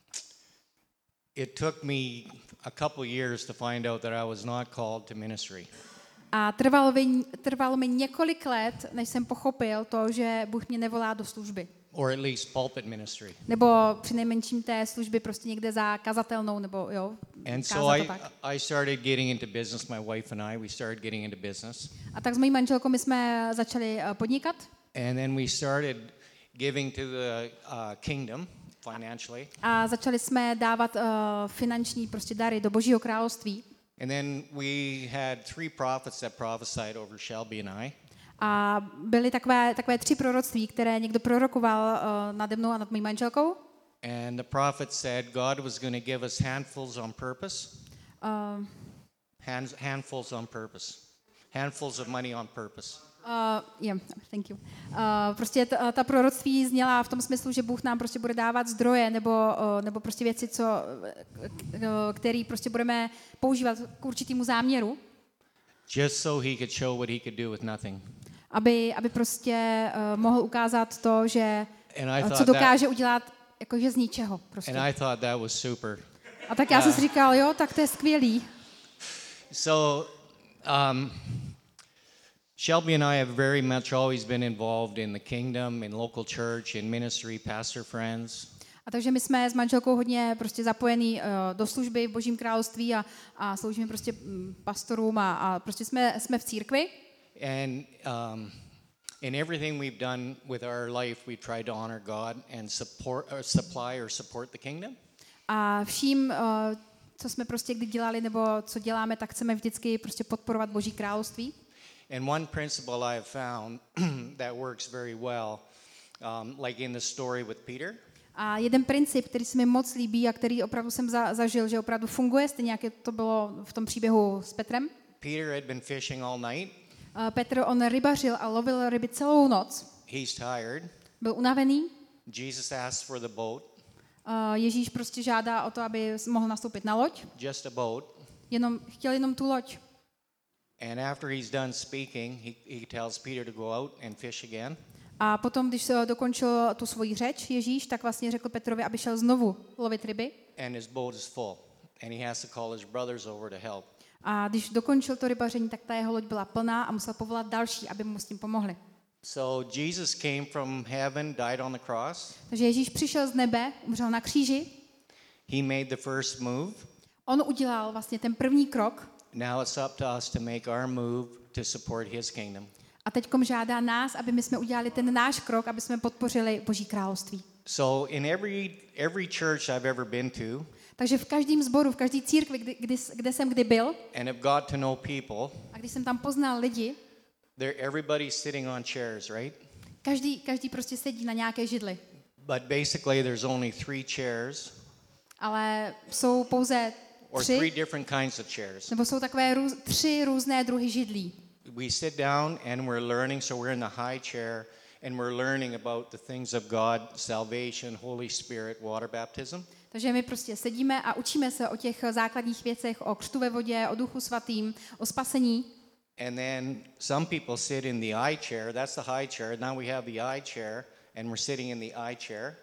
[SPEAKER 5] it took me a couple years to find out that I was not called to ministry.
[SPEAKER 3] A trvalo mi, trvalo mi několik let, než jsem pochopil to, že Bůh mě nevolá do služby.
[SPEAKER 5] Or at least pulpit ministry.
[SPEAKER 3] Nebo přinejmenším té služby prostě někde za kazatelnou, nebo jo,
[SPEAKER 5] And so I, I started getting into business, my wife and I, we started getting into business.
[SPEAKER 3] A tak s mojí manželkou my jsme začali podnikat.
[SPEAKER 5] And then we started giving to the uh, kingdom financially.
[SPEAKER 3] A začali jsme dávat uh, finanční prostě dary do Božího království.
[SPEAKER 5] And then we had three prophets that prophesied over Shelby and I.
[SPEAKER 3] A byly takové, takové tři proroctví, které někdo prorokoval uh, nade mnou a nad mojí manželkou.
[SPEAKER 5] And the prophet said God was going to give us handfuls on purpose.
[SPEAKER 3] Uh,
[SPEAKER 5] Hands, handfuls on purpose. Handfuls of money on purpose.
[SPEAKER 3] Uh, yeah, thank you. Uh, prostě ta, ta proroctví zněla v tom smyslu, že Bůh nám prostě bude dávat zdroje nebo, uh, nebo prostě věci, co, uh, který prostě budeme používat k určitému záměru.
[SPEAKER 5] Just so he could show what he could do with nothing.
[SPEAKER 3] Aby, aby prostě uh, mohl ukázat to, že uh, co dokáže that, udělat jakože z ničeho. Prostě.
[SPEAKER 5] And I thought that was super.
[SPEAKER 3] A tak já uh, jsem si říkal, jo, tak to je skvělý.
[SPEAKER 5] So, um, Shelby and I have very much always been involved in the kingdom, in local church, in ministry, pastor friends.
[SPEAKER 3] A takže my jsme s manželkou hodně prostě zapojení uh, do služby v Božím království a, a sloužíme prostě um, pastorům a, a prostě jsme, jsme v církvi.
[SPEAKER 5] And um, in everything we've done with our life, we try to honor God and support, or supply or support the kingdom.
[SPEAKER 3] A vším, uh, co jsme prostě kdy dělali nebo co děláme, tak chceme vždycky prostě podporovat Boží království.
[SPEAKER 5] And one principle I have found that works very well, um, like in the story with Peter.
[SPEAKER 3] A jeden princip, který se mi moc líbí a který opravdu jsem za, zažil, že opravdu funguje, stejně jak to bylo v tom příběhu s Petrem.
[SPEAKER 5] Peter had been fishing all night.
[SPEAKER 3] Uh, Petr, on rybařil a lovil ryby celou noc.
[SPEAKER 5] He's tired.
[SPEAKER 3] Byl unavený.
[SPEAKER 5] Jesus asked for the boat.
[SPEAKER 3] Uh, Ježíš prostě žádá o to, aby mohl nastoupit na loď.
[SPEAKER 5] Just a boat.
[SPEAKER 3] Jenom, chtěl jenom tu loď.
[SPEAKER 5] And after he's done speaking, he, he tells Peter to go out and fish again.
[SPEAKER 3] A potom, když se dokončil tu svoji řeč Ježíš, tak vlastně řekl Petrovi, aby šel znovu lovit ryby.
[SPEAKER 5] And his boat is full. And he has to call his brothers over to help.
[SPEAKER 3] A když dokončil to rybaření, tak ta jeho loď byla plná a musel povolat další, aby mu s tím pomohli.
[SPEAKER 5] So Jesus came from heaven, died on the cross.
[SPEAKER 3] Takže Ježíš přišel z nebe, umřel na kříži.
[SPEAKER 5] He made the first move.
[SPEAKER 3] On udělal vlastně ten první krok.
[SPEAKER 5] Now it's up to us to make our move to support his kingdom.
[SPEAKER 3] A teďkom žádá nás, aby my jsme udělali ten náš krok, aby jsme podpořili Boží království.
[SPEAKER 5] So in every every church I've ever been to,
[SPEAKER 3] takže v každém sboru, v každé církvi, kdy, kdy, kde jsem kdy byl,
[SPEAKER 5] and have got to know people,
[SPEAKER 3] a když jsem tam poznal lidi,
[SPEAKER 5] they're everybody sitting on chairs, right?
[SPEAKER 3] Každý, každý prostě sedí na nějaké židli.
[SPEAKER 5] But basically there's only three chairs.
[SPEAKER 3] Ale jsou pouze
[SPEAKER 5] Or
[SPEAKER 3] tři,
[SPEAKER 5] three different kinds of chairs.
[SPEAKER 3] nebo jsou takové růz, tři různé druhy židlí.
[SPEAKER 5] We sit down and we're learning, so we're in the high chair and we're learning about the things of God, salvation, Holy Spirit, water baptism.
[SPEAKER 3] Takže my prostě sedíme a učíme se o těch základních věcech, o křtu ve vodě, o Duchu svatým, o spasení.
[SPEAKER 5] And then some people sit in the I chair, that's the high chair. Now we have the I chair and we're sitting in the I chair.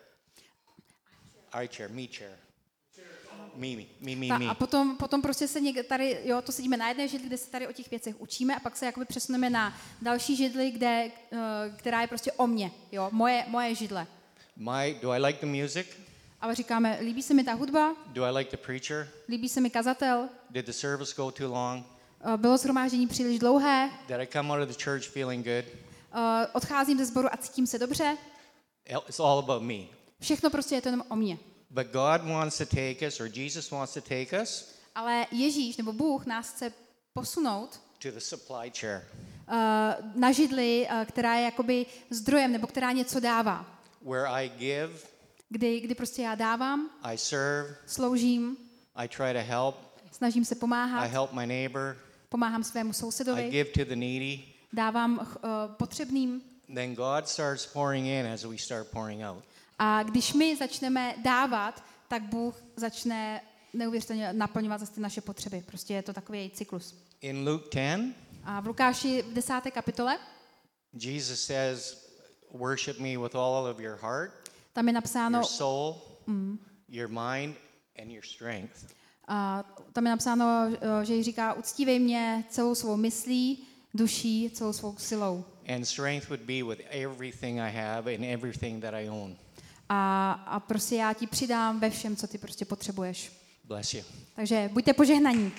[SPEAKER 5] I chair, me chair. Me, me, me, me, me.
[SPEAKER 3] A potom, potom prostě se někde tady, jo, to sedíme na jedné židli, kde se tady o těch věcech učíme a pak se jakoby přesuneme na další židli, kde, uh, která je prostě o mně, jo, moje, moje židle.
[SPEAKER 5] My, do I like the music?
[SPEAKER 3] A říkáme, líbí se mi ta hudba,
[SPEAKER 5] Do I like the preacher?
[SPEAKER 3] líbí se mi kazatel,
[SPEAKER 5] Did the service go too long?
[SPEAKER 3] uh, bylo shromáždění příliš dlouhé,
[SPEAKER 5] Did I come out of the church feeling good?
[SPEAKER 3] uh, odcházím ze sboru a cítím se dobře.
[SPEAKER 5] It's all about me.
[SPEAKER 3] Všechno prostě je to jenom o mně.
[SPEAKER 5] But God wants to take us, or Jesus wants to take us
[SPEAKER 3] Ale Ježíš nebo Bůh nás chce posunout
[SPEAKER 5] to the supply chair,
[SPEAKER 3] uh, na židli, uh, která je jakoby zdrojem nebo která něco dává.
[SPEAKER 5] where I give,
[SPEAKER 3] Kdy, kdy prostě já dávám,
[SPEAKER 5] I serve,
[SPEAKER 3] sloužím,
[SPEAKER 5] I try to help,
[SPEAKER 3] snažím se
[SPEAKER 5] I
[SPEAKER 3] pomáhat,
[SPEAKER 5] help my neighbor,
[SPEAKER 3] pomáhám svému
[SPEAKER 5] I
[SPEAKER 3] sousedovi,
[SPEAKER 5] give to the needy.
[SPEAKER 3] dávám uh, potřebným.
[SPEAKER 5] Then God starts pouring in as we start pouring out.
[SPEAKER 3] A když my začneme dávat, tak Bůh začne neuvěřitelně naplňovat zase ty naše potřeby. Prostě je to takový cyklus.
[SPEAKER 5] In Luke ten,
[SPEAKER 3] A v Lukáši v desáté kapitole
[SPEAKER 5] Jesus says, worship me with all of your heart,
[SPEAKER 3] tam je napsáno,
[SPEAKER 5] your soul, your mind, and your strength.
[SPEAKER 3] a tam je napsáno, že jí říká, uctívej mě celou svou myslí, duší, celou svou silou.
[SPEAKER 5] And strength would be with everything I have and everything that I own.
[SPEAKER 3] A, a prostě já ti přidám ve všem, co ty prostě potřebuješ.
[SPEAKER 5] Bless you.
[SPEAKER 3] Takže buďte požehnaní.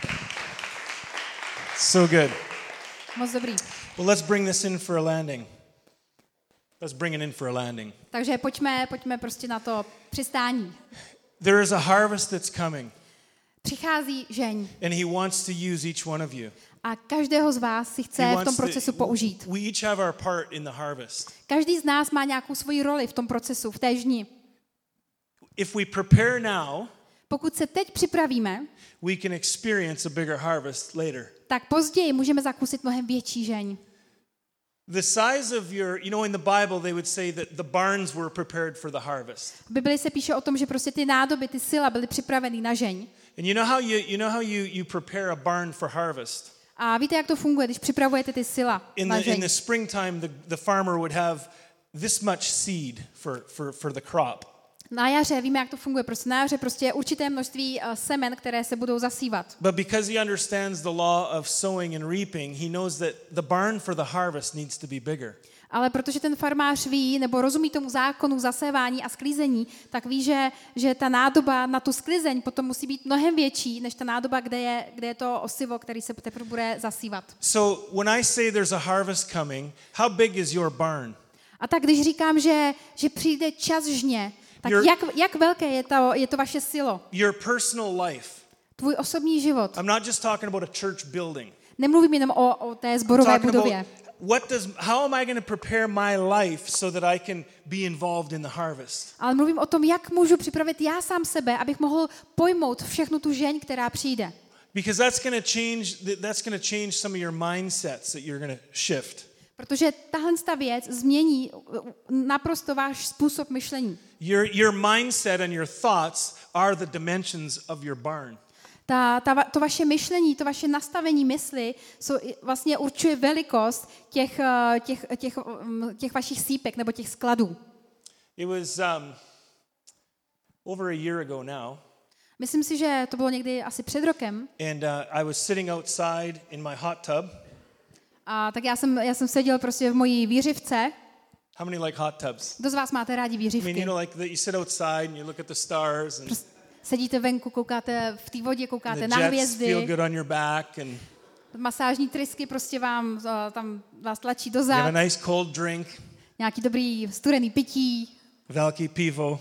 [SPEAKER 2] So good.
[SPEAKER 3] Moc dobrý.
[SPEAKER 2] Well, let's bring this in for a landing. Let's bring it in for a landing.
[SPEAKER 3] Takže pojďme, pojďme prostě na to přistání.
[SPEAKER 2] There is a harvest that's coming,
[SPEAKER 3] Přichází žeň
[SPEAKER 2] and he wants to use each one of you.
[SPEAKER 3] a každého z vás si
[SPEAKER 2] He
[SPEAKER 3] chce v
[SPEAKER 2] wants
[SPEAKER 3] tom
[SPEAKER 2] to-
[SPEAKER 3] procesu použít.
[SPEAKER 2] we each have our part in the harvest.
[SPEAKER 3] Každý z nás má nějakou svoji roli v tom procesu, v té žni.
[SPEAKER 2] If we prepare now,
[SPEAKER 3] Pokud se teď připravíme,
[SPEAKER 2] we can experience a bigger harvest later.
[SPEAKER 3] tak později můžeme zakusit mnohem větší žeň.
[SPEAKER 2] The size of your, you know, in the Bible they would say that the barns were prepared for the harvest.
[SPEAKER 3] V Bibli se píše o tom, že prostě ty nádoby, ty sila byly připraveny na žeň.
[SPEAKER 2] And you know how you you know how you you prepare a barn for harvest?
[SPEAKER 3] A víte, jak to funguje, když připravujete ty sila
[SPEAKER 2] In
[SPEAKER 3] na
[SPEAKER 2] the in
[SPEAKER 3] žeň?
[SPEAKER 2] the springtime the, the farmer would have this much seed for, for, for the crop.
[SPEAKER 3] Na jaře, víme, jak to funguje, prostě na jaře prostě je určité množství uh, semen, které se budou zasívat.
[SPEAKER 2] But because he understands the law of sowing and reaping, he knows that the barn for the harvest needs to be bigger.
[SPEAKER 3] Ale protože ten farmář ví, nebo rozumí tomu zákonu zasévání a sklízení, tak ví, že, že ta nádoba na tu sklizeň potom musí být mnohem větší, než ta nádoba, kde je, kde je to osivo, který se teprve bude zasívat.
[SPEAKER 2] So when I say there's a harvest coming, how big is your barn?
[SPEAKER 3] A tak když říkám, že, že přijde čas žně, tak
[SPEAKER 2] Your-
[SPEAKER 3] jak, jak velké je to, je to vaše silo?
[SPEAKER 2] Your personal life.
[SPEAKER 3] Tvůj osobní život.
[SPEAKER 2] I'm not just talking about a church building.
[SPEAKER 3] Nemluvím jenom o, o té
[SPEAKER 2] I'm
[SPEAKER 3] zborové
[SPEAKER 2] talking about
[SPEAKER 3] budově.
[SPEAKER 2] what does how am I going to prepare my life so that I can be involved in the harvest?
[SPEAKER 3] Ale mluvím o tom, jak můžu připravit já sám sebe, abych mohl pojmout všechnu tu žeň, která přijde.
[SPEAKER 2] Because that's going to change that's going to change some of your mindsets that you're going to shift.
[SPEAKER 3] Protože tahle ta věc změní naprosto váš způsob myšlení.
[SPEAKER 2] Your your mindset and your thoughts are the dimensions of your barn.
[SPEAKER 3] Ta, ta, to vaše myšlení, to vaše nastavení mysli jsou, vlastně určuje velikost těch, eh, těch, těch, mm, těch vašich sípek nebo těch skladů.
[SPEAKER 2] It was um, over a year ago now,
[SPEAKER 3] Myslím si, že to bylo někdy asi před rokem.
[SPEAKER 2] and uh, I was sitting outside in my hot tub.
[SPEAKER 3] A tak já jsem, já jsem seděl prostě v mojí výřivce.
[SPEAKER 2] How many like hot tubs?
[SPEAKER 3] Kdo z vás máte rádi
[SPEAKER 2] I mean,
[SPEAKER 3] výřivky?
[SPEAKER 2] you know, like that you sit outside and you look at the stars and
[SPEAKER 3] Sedíte venku, koukáte v té vodě, koukáte
[SPEAKER 2] the
[SPEAKER 3] na
[SPEAKER 2] jets
[SPEAKER 3] hvězdy.
[SPEAKER 2] feel good on your back, and
[SPEAKER 3] Masážní trysky prostě vám uh, tam vás tlačí do
[SPEAKER 2] you have
[SPEAKER 3] zad.
[SPEAKER 2] a nice cold drink,
[SPEAKER 3] Nějaký dobrý studený pití.
[SPEAKER 2] velký pivo.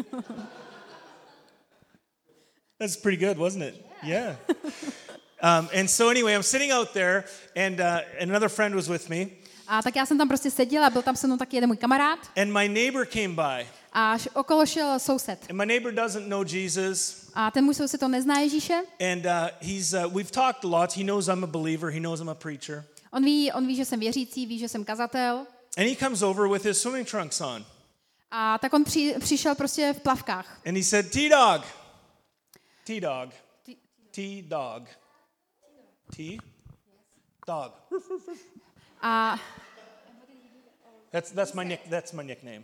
[SPEAKER 2] That's pretty good, wasn't it? Yeah. um, and so anyway, I'm sitting out there, and uh, another friend was with me,
[SPEAKER 3] A tak já jsem tam prostě seděla, byl tam se mnou taky jeden můj kamarád.
[SPEAKER 2] and my neighbor came by.
[SPEAKER 3] A š- okolo šel soused.
[SPEAKER 2] And my neighbor doesn't know Jesus,
[SPEAKER 3] A ten můj soused to nezná Ježíše.
[SPEAKER 2] and uh, he's uh, we've talked a lot. He knows I'm a believer. He knows I'm a preacher.
[SPEAKER 3] On ví, on ví, že jsem věřící, ví, že jsem kazatel.
[SPEAKER 2] And he comes over with his swimming trunks on,
[SPEAKER 3] A tak on při, přišel prostě v plavkách.
[SPEAKER 2] and he said, "T-dog, T-dog, T-dog, T, dog."
[SPEAKER 3] A,
[SPEAKER 2] That's that's my nick. That's my nickname.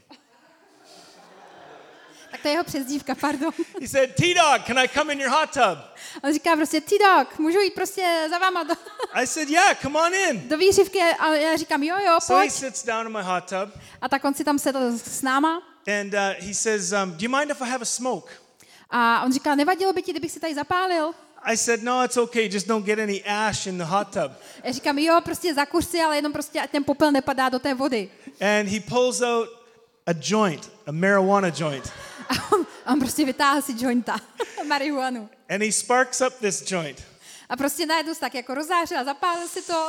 [SPEAKER 3] tak to je jeho přezdívka, pardon.
[SPEAKER 2] He said, "T-dog, can I come in your hot tub?"
[SPEAKER 3] On říká prostě, ty dog, můžu jít prostě za váma do,
[SPEAKER 2] I said, "Yeah, come on in."
[SPEAKER 3] do výřivky. A já říkám, jo, jo,
[SPEAKER 2] So he
[SPEAKER 3] pojď.
[SPEAKER 2] sits down in my hot tub,
[SPEAKER 3] A tak on si tam sedl s náma.
[SPEAKER 2] and uh, he says, um, "Do you mind if I have a smoke?"
[SPEAKER 3] A on říká, nevadilo by ti, kdybych si tady zapálil?
[SPEAKER 2] I said, "No, it's okay. Just don't get any ash in the hot tub."
[SPEAKER 3] Já říkám, jo, prostě zakuř si, ale jenom prostě, ať ten popel nepadá do té vody.
[SPEAKER 2] And he pulls out a joint, a marijuana joint,
[SPEAKER 3] A on, a on prostě vytáhl si jointa, marihuanu.
[SPEAKER 2] and he sparks up this joint.
[SPEAKER 3] A prostě najednou se tak jako rozářil a zapálil si to.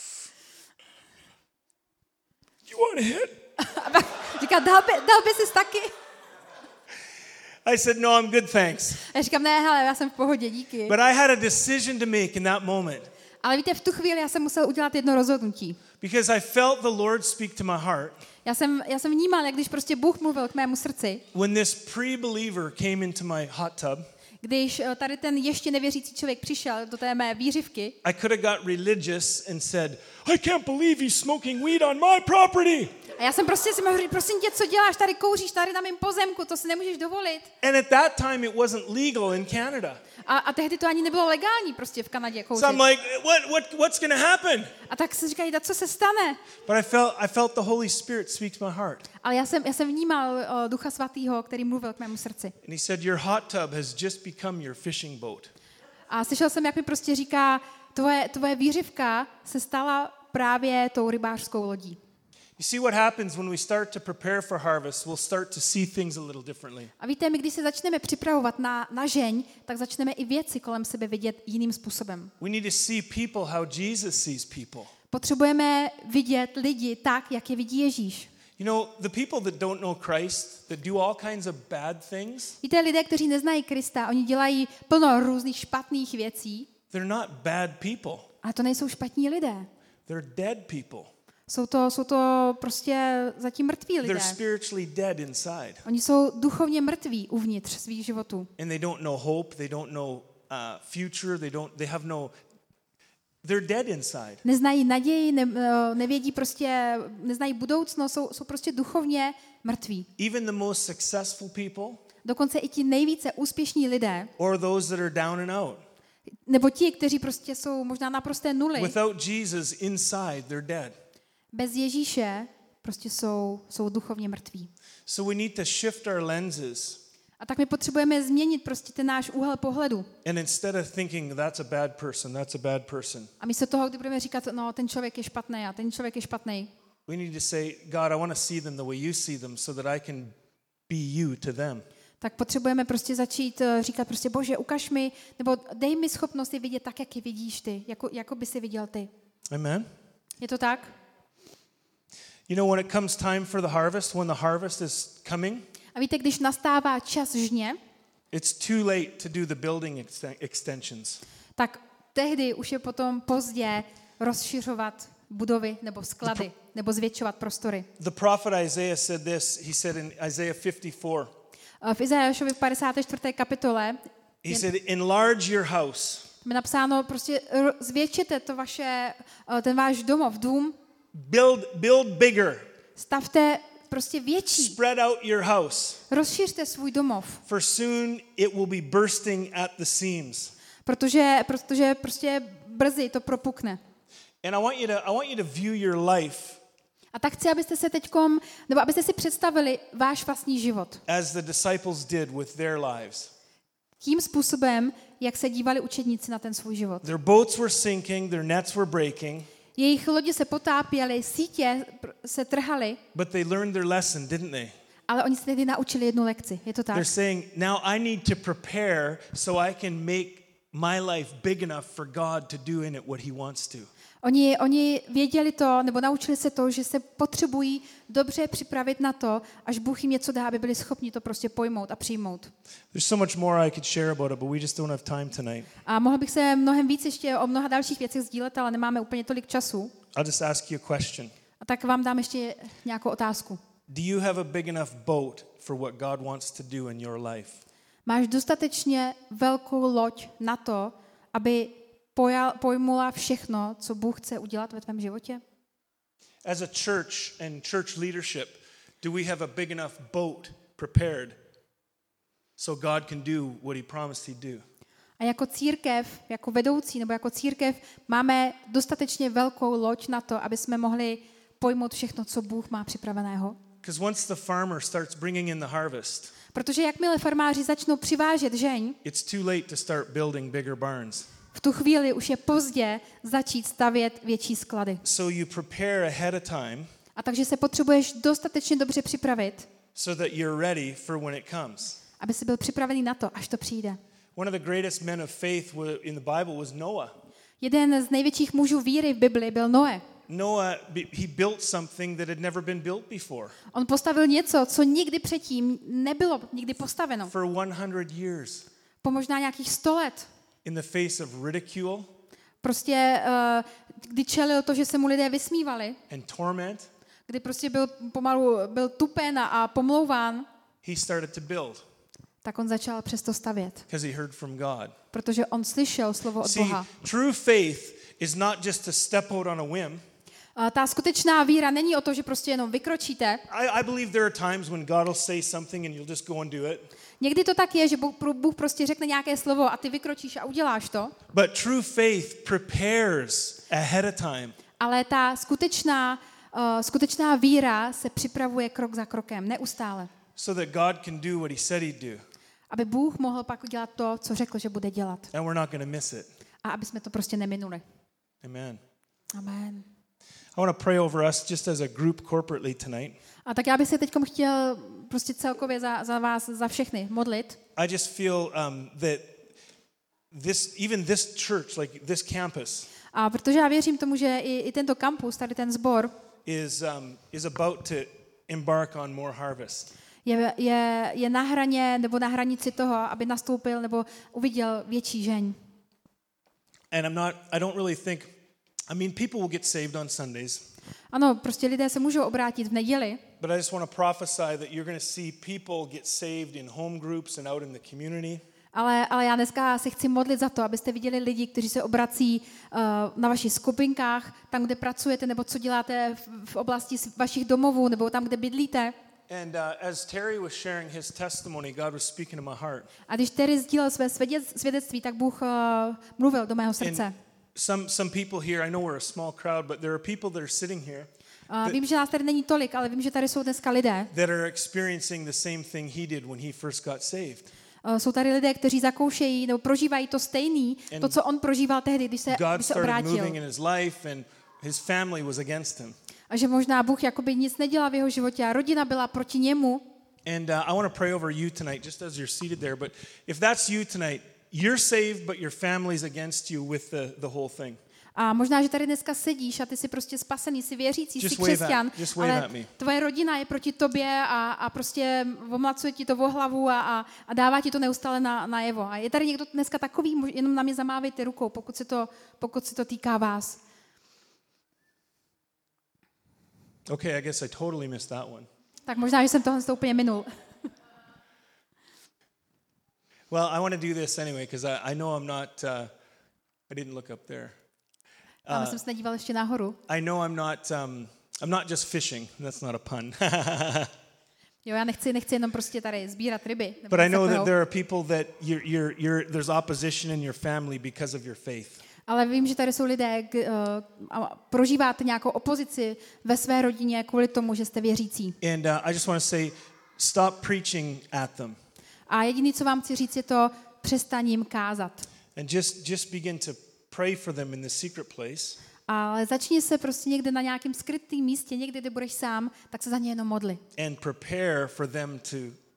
[SPEAKER 2] You want a hit?
[SPEAKER 3] A pak říká, dal by, dal by jsi taky?
[SPEAKER 2] I said, "No, I'm good, thanks."
[SPEAKER 3] A já říkám, ne, hele, já jsem v pohodě, díky.
[SPEAKER 2] But I had a decision to make in that moment,
[SPEAKER 3] Ale víte, v tu chvíli já jsem musel udělat jedno rozhodnutí.
[SPEAKER 2] because I felt the Lord speak to my heart
[SPEAKER 3] Já jsem, já jsem vnímal, jak když prostě Bůh mluvil k mému srdci,
[SPEAKER 2] when this pre-believer came into my hot tub.
[SPEAKER 3] Když eh, tady ten ještě nevěřící člověk přišel do té mé výřivky,
[SPEAKER 2] I could have got religious and said, I can't believe he's smoking weed on my property.
[SPEAKER 3] a já jsem prostě si mohl říct, prosím tě, co děláš, tady kouříš, tady na mém pozemku, to si nemůžeš dovolit.
[SPEAKER 2] And at that time, it wasn't legal in Canada.
[SPEAKER 3] A, a tehdy to ani nebylo legální prostě v Kanadě kouřit.
[SPEAKER 2] So I'm like, what, what, what's going to happen?
[SPEAKER 3] A tak si říkají, co se stane?
[SPEAKER 2] But I felt, I felt the Holy Spirit speak to my heart.
[SPEAKER 3] Ale já jsem, já jsem vnímal uh, Ducha Svatého, který mluvil k mému srdci.
[SPEAKER 2] And he said, your hot tub has just become your fishing boat.
[SPEAKER 3] A slyšel jsem, jak mi prostě říká, tvoje, tvoje výřivka se stala právě tou rybářskou lodí.
[SPEAKER 2] You see what happens when we start to prepare for harvest, we'll start to see things a little differently.
[SPEAKER 3] A víte, my když se začneme připravovat na, na žeň, tak začneme i věci kolem sebe vidět jiným způsobem.
[SPEAKER 2] We need to see people how Jesus sees people.
[SPEAKER 3] Potřebujeme vidět lidi tak, jak je vidí Ježíš.
[SPEAKER 2] You know, the people that don't know Christ, that do all kinds of bad things,
[SPEAKER 3] Víte, lidé, kteří neznají Krista, oni dělají plno různých špatných věcí,
[SPEAKER 2] they're not bad people.
[SPEAKER 3] ale to nejsou špatní lidé.
[SPEAKER 2] They're dead people.
[SPEAKER 3] Jsou to, jsou to prostě zatím mrtví lidé.
[SPEAKER 2] They're spiritually dead inside.
[SPEAKER 3] Oni jsou duchovně mrtví uvnitř svých životů.
[SPEAKER 2] And they don't know hope, they don't know uh, future, they don't they have no they're dead inside.
[SPEAKER 3] Neznají naději, ne, nevědí prostě, neznají budoucnost, jsou, jsou prostě duchovně mrtví.
[SPEAKER 2] Even the most successful people
[SPEAKER 3] Dokonce i ti nejvíce úspěšní lidé,
[SPEAKER 2] or those that are down and out.
[SPEAKER 3] nebo ti, kteří prostě jsou možná naprosté nuly,
[SPEAKER 2] Without Jesus inside, they're dead.
[SPEAKER 3] bez Ježíše prostě jsou, jsou duchovně mrtví.
[SPEAKER 2] So we need to shift our lenses.
[SPEAKER 3] A tak my potřebujeme změnit prostě ten náš úhel pohledu.
[SPEAKER 2] And instead of thinking that's a bad person, that's a bad person,
[SPEAKER 3] A místo toho, kdy budeme říkat, no ten člověk je špatný a ten člověk je špatný,
[SPEAKER 2] we need to say, God, I want to see them the way you see them so that I can be you to them.
[SPEAKER 3] tak potřebujeme prostě začít eh, říkat prostě, Bože, ukaž mi, nebo dej mi schopnost je vidět tak, jak je vidíš ty, jako, jako by si viděl ty.
[SPEAKER 2] Amen.
[SPEAKER 3] Je to tak?
[SPEAKER 2] You know, when it comes time for the harvest, when the harvest is coming,
[SPEAKER 3] A víte, když nastává čas žně,
[SPEAKER 2] it's too late to do the building ext- extensions.
[SPEAKER 3] tak tehdy už je potom pozdě rozšiřovat budovy nebo sklady, nebo zvětšovat prostory.
[SPEAKER 2] The prophet Isaiah said this. He said in Isaiah fifty-four,
[SPEAKER 3] V Izajášovi padesáté čtvrté kapitole
[SPEAKER 2] he said, enlarge your house,
[SPEAKER 3] je napsáno prostě ro- zvětšete to vaše, eh, ten váš domov, dům,
[SPEAKER 2] build, build bigger,
[SPEAKER 3] stavte prostě větší,
[SPEAKER 2] spread out your house,
[SPEAKER 3] rozšiřte svůj domov,
[SPEAKER 2] for soon it will be bursting at the seams.
[SPEAKER 3] protože, protože prostě brzy to propukne.
[SPEAKER 2] And I want you to, I want you to view your life
[SPEAKER 3] A tak chci, abyste se teďkom, nebo abyste si představili váš vlastní život.
[SPEAKER 2] as the disciples did with their lives.
[SPEAKER 3] Tím způsobem, jak se dívali učedníci na ten svůj život.
[SPEAKER 2] Their boats were sinking, their nets were breaking,
[SPEAKER 3] Jejich lodi se potápěly, sítě pr- se trhaly,
[SPEAKER 2] but they learned their lesson, didn't they?
[SPEAKER 3] ale oni se tehdy naučili jednu lekci. Je to tak?
[SPEAKER 2] They're saying, now I need to prepare so I can make my life big enough for God to do in it what he wants to.
[SPEAKER 3] Oni, oni věděli to, nebo naučili se to, že se potřebují dobře připravit na to, až Bůh jim něco dá, aby byli schopni to prostě pojmout a přijmout.
[SPEAKER 2] There's so much more I could share about it, but we just don't have time tonight.
[SPEAKER 3] A mohl bych se mnohem víc ještě o mnoha dalších věcech sdílet, ale nemáme úplně tolik času.
[SPEAKER 2] I'll just ask you a question.
[SPEAKER 3] A tak vám dám ještě nějakou otázku.
[SPEAKER 2] Do you have a big enough boat for what God wants to do in your life?
[SPEAKER 3] Máš dostatečně velkou loď na to, aby pojal, pojmula všechno, co Bůh chce udělat ve tvém životě?
[SPEAKER 2] As a church and church leadership, do we have a big enough boat prepared so God can do what he promised he'd do?
[SPEAKER 3] A jako církev, jako vedoucí nebo jako církev máme dostatečně velkou loď na to, aby jsme mohli pojmout všechno, co Bůh má připraveného?
[SPEAKER 2] Because once the farmer starts bringing in the harvest,
[SPEAKER 3] Protože jakmile farmáři začnou přivážet žeň,
[SPEAKER 2] it's too late to start building bigger barns.
[SPEAKER 3] v tu chvíli už je pozdě začít stavět větší sklady.
[SPEAKER 2] So you prepare ahead of time
[SPEAKER 3] A takže se potřebuješ dostatečně dobře připravit,
[SPEAKER 2] so that you're ready for when it comes.
[SPEAKER 3] aby si byl připravený na to, až to přijde.
[SPEAKER 2] One of the greatest men of faith wa- in the Bible was Noah.
[SPEAKER 3] Jeden z největších mužů víry v Bibli byl Noé.
[SPEAKER 2] Noah, b- he built something that had never been built before
[SPEAKER 3] On postavil něco, co nikdy předtím nebylo nikdy postaveno.
[SPEAKER 2] for one hundred years
[SPEAKER 3] Po možná nějakých sto let.
[SPEAKER 2] in the face of ridicule
[SPEAKER 3] Prostě, uh, kdy čelil to, že se mu lidé vysmívali,
[SPEAKER 2] and torment.
[SPEAKER 3] kdy prostě byl pomalu byl tupen a pomlouván,
[SPEAKER 2] He started to build.
[SPEAKER 3] tak on začal přesto stavět,
[SPEAKER 2] because he heard from God.
[SPEAKER 3] protože on slyšel slovo od
[SPEAKER 2] See,
[SPEAKER 3] Boha.
[SPEAKER 2] true faith is not just to step out on a whim.
[SPEAKER 3] A ta skutečná víra není o to, že prostě jenom vykročíte.
[SPEAKER 2] I, I believe there are times when God will say something and you'll just go and do it.
[SPEAKER 3] Někdy to tak je, že Bůh, Bůh prostě řekne nějaké slovo a ty vykročíš a uděláš to.
[SPEAKER 2] But true faith prepares ahead of time.
[SPEAKER 3] Ale ta skutečná, uh, skutečná víra se připravuje krok za krokem, neustále.
[SPEAKER 2] So that God can do what he said he'd do.
[SPEAKER 3] Aby Bůh mohl pak udělat to, co řekl, že bude dělat.
[SPEAKER 2] And we're not going to miss it.
[SPEAKER 3] A aby jsme to prostě neminuli.
[SPEAKER 2] Amen.
[SPEAKER 3] Amen.
[SPEAKER 2] I want to pray over us just as a group corporately tonight.
[SPEAKER 3] A tak já bych se teď chtěl prostě celkově za, za vás, za všechny modlit.
[SPEAKER 2] I just feel um, that this, even this church, like this campus,
[SPEAKER 3] A protože já věřím tomu, že i, i tento kampus, tady ten sbor,
[SPEAKER 2] is um, is about to embark on more harvest.
[SPEAKER 3] je, je, je na hraně nebo na hranici toho, aby nastoupil nebo uviděl větší žeň.
[SPEAKER 2] And I'm not. I don't really think. I mean, people will get saved on Sundays,
[SPEAKER 3] Ano, prostě lidé se můžou obrátit v neděli,
[SPEAKER 2] but I just want to prophesy that you're going to see people get saved in home groups and out in the community.
[SPEAKER 3] ale, ale já dneska se chci modlit za to, abyste viděli lidi, kteří se obrací uh, na vašich skupinkách, tam, kde pracujete, nebo co děláte v, v oblasti vašich domovů, nebo tam, kde bydlíte.
[SPEAKER 2] And uh, as Terry was sharing his testimony, God was speaking to my heart.
[SPEAKER 3] A když Terry sdílel své svědec, svědectví, tak Bůh uh, mluvil do mého srdce.
[SPEAKER 2] And some some people here, I know we're a small crowd, but there are people that are sitting here
[SPEAKER 3] Uh, vím, že nás tady není tolik, ale vím, že tady jsou dneska lidé.
[SPEAKER 2] that are experiencing the same thing he did when he first got saved.
[SPEAKER 3] Uh, jsou tady lidé, kteří zakoušejí nebo prožívají to stejný,
[SPEAKER 2] And
[SPEAKER 3] to, co on prožíval tehdy, když se,
[SPEAKER 2] God
[SPEAKER 3] když se
[SPEAKER 2] started moving
[SPEAKER 3] obrátil.
[SPEAKER 2] in his life and his family was against him.
[SPEAKER 3] A že možná Bůh jakoby nic nedělal v jeho životě a rodina byla proti němu.
[SPEAKER 2] And uh, I want to pray over you tonight, just as you're seated there. But if that's you tonight, you're saved, but your family's against you with the, the whole thing.
[SPEAKER 3] A možná, že tady dneska sedíš a ty jsi prostě spasený, jsi věřící,
[SPEAKER 2] Just
[SPEAKER 3] jsi
[SPEAKER 2] wave at-
[SPEAKER 3] křesťan,
[SPEAKER 2] just wave
[SPEAKER 3] ale
[SPEAKER 2] at me.
[SPEAKER 3] tvoje rodina je proti tobě a, a prostě omlacuje ti to o hlavu a, a, a dává ti to neustále na, na jevo. A je tady někdo dneska takový, mož- jenom na mě zamávejte rukou, pokud se to, pokud se to týká vás.
[SPEAKER 2] Okay, I guess I totally missed that one.
[SPEAKER 3] Tak možná, že jsem tohle to úplně minul.
[SPEAKER 2] Well, I want to do this anyway because I, I know I'm not, uh, I didn't look up there.
[SPEAKER 3] Uh, jsem se nedíval ještě nahoru.
[SPEAKER 2] I know I'm not, um, I'm not just fishing. That's not a pun.
[SPEAKER 3] Jo, já nechci, nechci jenom prostě tady sbírat ryby. nebo
[SPEAKER 2] But I
[SPEAKER 3] něco
[SPEAKER 2] know that
[SPEAKER 3] takového.
[SPEAKER 2] there are people that you're, you're, you're, there's opposition in your family because of your faith.
[SPEAKER 3] Ale vím, že tady jsou lidé, k, uh, a prožíváte nějakou opozici ve své rodině kvůli tomu, že jste věřící.
[SPEAKER 2] And uh, I just want to say, stop preaching at them
[SPEAKER 3] A jediné, co vám chci říct, je to přestaň jim kázat.
[SPEAKER 2] and just, just begin to pray for them in the secret place.
[SPEAKER 3] Ale začni se prostě někde na nějakém skrytém místě, někde, kde budeš sám, tak se za ně jenom modli.
[SPEAKER 2] And prepare for them to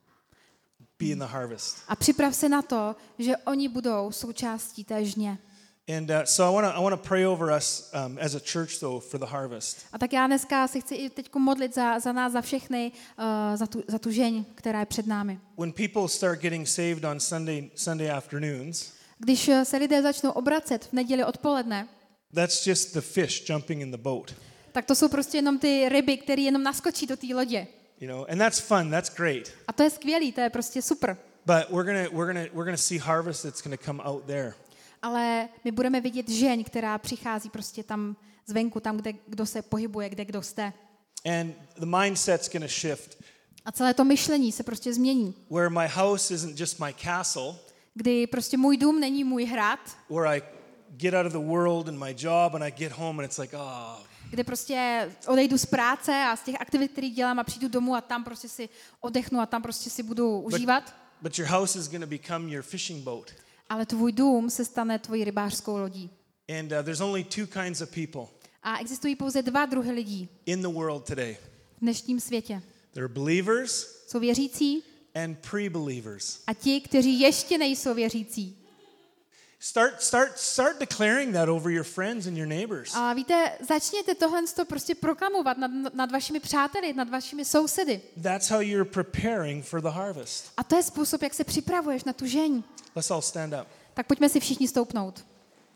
[SPEAKER 2] be in the harvest.
[SPEAKER 3] A připrav se na to, že oni budou součástí té žně.
[SPEAKER 2] And uh, so I want to I want to pray over us um, as a church though for the harvest.
[SPEAKER 3] A tak já dneska se chci i teď modlit za, za nás, za všechny, uh, za, tu, za tu žeň, která je před námi.
[SPEAKER 2] When people start getting saved on Sunday Sunday afternoons,
[SPEAKER 3] Když uh, se lidé začnou obracet v neděli odpoledne,
[SPEAKER 2] that's just the fish jumping in the boat.
[SPEAKER 3] tak to jsou prostě jenom ty ryby, které jenom naskočí do té lodě.
[SPEAKER 2] You know, and that's fun, that's great.
[SPEAKER 3] A to je skvělý, to je prostě super.
[SPEAKER 2] But we're going to we're going to we're going to see harvest that's going to come out there.
[SPEAKER 3] Ale my budeme vidět žeň, která přichází prostě tam zvenku, tam, kde kdo se pohybuje, kde kdo jste.
[SPEAKER 2] And the mindset's going to shift
[SPEAKER 3] A celé to myšlení se prostě změní.
[SPEAKER 2] where my house isn't just my castle,
[SPEAKER 3] Kdy prostě můj dům není můj hrad,
[SPEAKER 2] where I get out of the world and my job and I get home and it's like, oh,
[SPEAKER 3] kde prostě odejdu z práce a z těch aktivit, které dělám a přijdu domů a tam prostě si oddechnu a tam prostě si budu užívat.
[SPEAKER 2] but your house is going to become your fishing boat.
[SPEAKER 3] Ale tvůj dům se stane tvojí rybářskou lodí.
[SPEAKER 2] And uh, there's only two kinds of people
[SPEAKER 3] A existují pouze dva druhy lidí
[SPEAKER 2] in the world today.
[SPEAKER 3] v dnešním světě.
[SPEAKER 2] There are believers
[SPEAKER 3] Jsou věřící
[SPEAKER 2] and pre-believers.
[SPEAKER 3] a ti, kteří ještě nejsou věřící.
[SPEAKER 2] Start, start, start declaring that over your friends and your neighbors.
[SPEAKER 3] A víte, začněte tohle prostě proklamovat nad, nad vašimi přáteli, nad vašimi sousedy.
[SPEAKER 2] That's how you're preparing for the harvest.
[SPEAKER 3] A to je způsob, jak se připravuješ na tu žeň.
[SPEAKER 2] Let's all stand up.
[SPEAKER 3] Tak pojďme si všichni stoupnout.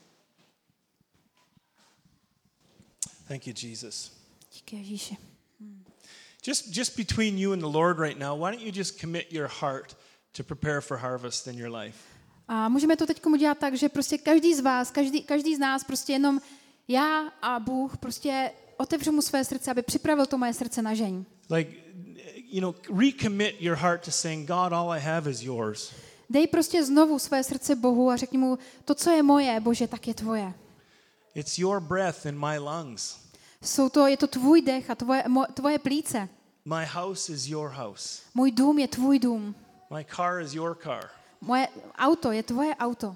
[SPEAKER 2] Thank you, Jesus.
[SPEAKER 3] Díky Ježíši.
[SPEAKER 2] Just, just between you and the Lord right now, why don't you just commit your heart to prepare for harvest in your life.
[SPEAKER 3] A můžeme to teď udělat tak, že prostě každý z vás, každý, každý z nás, prostě jenom já a Bůh prostě otevřu mu své srdce, aby připravil to moje srdce na žeň.
[SPEAKER 2] Like, you know, recommit your heart to saying, God, all I have is yours.
[SPEAKER 3] Dej prostě znovu své srdce Bohu a řekni mu, to, co je moje, Bože, tak je tvoje.
[SPEAKER 2] It's your breath in my lungs.
[SPEAKER 3] Jsou to, je to tvůj dech a tvoje, mo, tvoje plíce.
[SPEAKER 2] My house is your house.
[SPEAKER 3] Můj dům je tvůj dům.
[SPEAKER 2] My car is your car.
[SPEAKER 3] Moje auto je tvoje auto.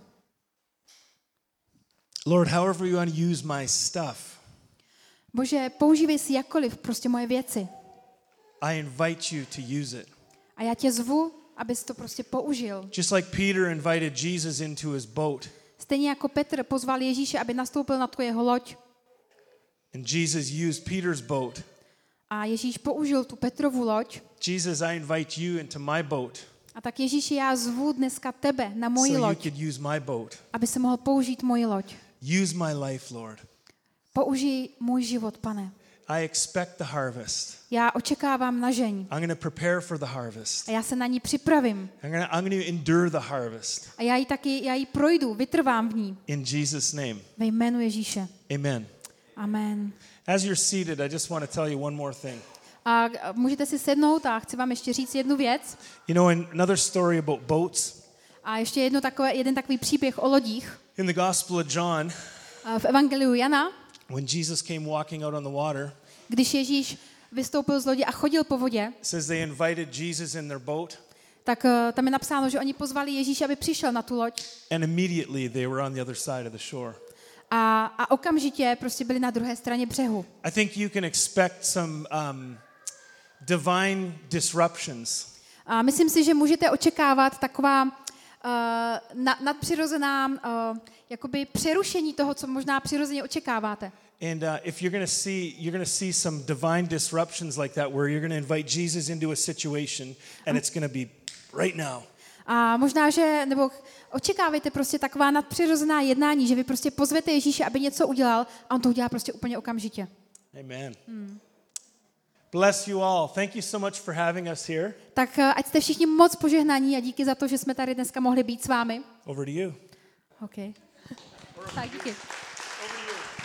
[SPEAKER 2] Lord, however you want to use my stuff,
[SPEAKER 3] Bože, používej si jakkoliv prostě moje věci.
[SPEAKER 2] I invite you to use it.
[SPEAKER 3] A já tě zvu, abys to prostě použil.
[SPEAKER 2] Just like Peter invited Jesus into his boat,
[SPEAKER 3] Stejně jako Petr pozval Ježíše, aby nastoupil na tu jeho loď.
[SPEAKER 2] and Jesus used Peter's boat.
[SPEAKER 3] A Ježíš použil tu Petrovu loď.
[SPEAKER 2] Jesus, I invite you into my boat
[SPEAKER 3] A tak Ježíši, já zvu dneska tebe na moji
[SPEAKER 2] so you
[SPEAKER 3] loď,
[SPEAKER 2] could use my boat.
[SPEAKER 3] aby se mohl použít moji loď.
[SPEAKER 2] Use my life, Lord.
[SPEAKER 3] Použij můj život, pane.
[SPEAKER 2] I expect the harvest.
[SPEAKER 3] Já očekávám na žeň
[SPEAKER 2] I'm going to prepare for the harvest.
[SPEAKER 3] a já se na ní připravím.
[SPEAKER 2] I'm going to, I'm going to endure the harvest.
[SPEAKER 3] A já ji taky, já ji projdu, vytrvám v ní.
[SPEAKER 2] In Jesus' name,
[SPEAKER 3] Ve jménu Ježíše.
[SPEAKER 2] amen.
[SPEAKER 3] Amen.
[SPEAKER 2] As you're seated, I just want to tell you one more thing.
[SPEAKER 3] A můžete si sednout a chci vám ještě říct jednu věc.
[SPEAKER 2] You know, another story about boats.
[SPEAKER 3] A ještě jedno takové, jeden takový příběh o lodích.
[SPEAKER 2] In the Gospel of John,
[SPEAKER 3] A v Evangeliu Jana,
[SPEAKER 2] when Jesus came walking out on the water,
[SPEAKER 3] když Ježíš vystoupil z lodi a chodil po vodě,
[SPEAKER 2] it says they invited Jesus in their boat,
[SPEAKER 3] tak uh, tam je napsáno, že oni pozvali Ježíše, aby přišel na tu loď.
[SPEAKER 2] and immediately they were on the other side of the shore.
[SPEAKER 3] A, a okamžitě prostě byli na druhé straně břehu.
[SPEAKER 2] I think you can expect some um, divine disruptions.
[SPEAKER 3] A myslím si, že můžete očekávat taková uh, na, nadpřirozená uh, jakoby přerušení toho, co možná přirozeně očekáváte.
[SPEAKER 2] And uh, if you're going to see, you're going to see some divine disruptions like that, where you're going to invite Jesus into a situation, and it's going to be right now.
[SPEAKER 3] A možná, že, nebo očekávejte prostě taková nadpřirozená jednání, že vy prostě pozvete Ježíše, aby něco udělal a on to udělá prostě úplně okamžitě.
[SPEAKER 2] Amen. Hmm. Bless you all. Thank you so much for having us here.
[SPEAKER 3] Tak uh, ať jste všichni moc požehnaní a díky za to, že jsme tady dneska mohli být s vámi.
[SPEAKER 2] Over to you.
[SPEAKER 3] OK. Tak díky.
[SPEAKER 2] Over to you.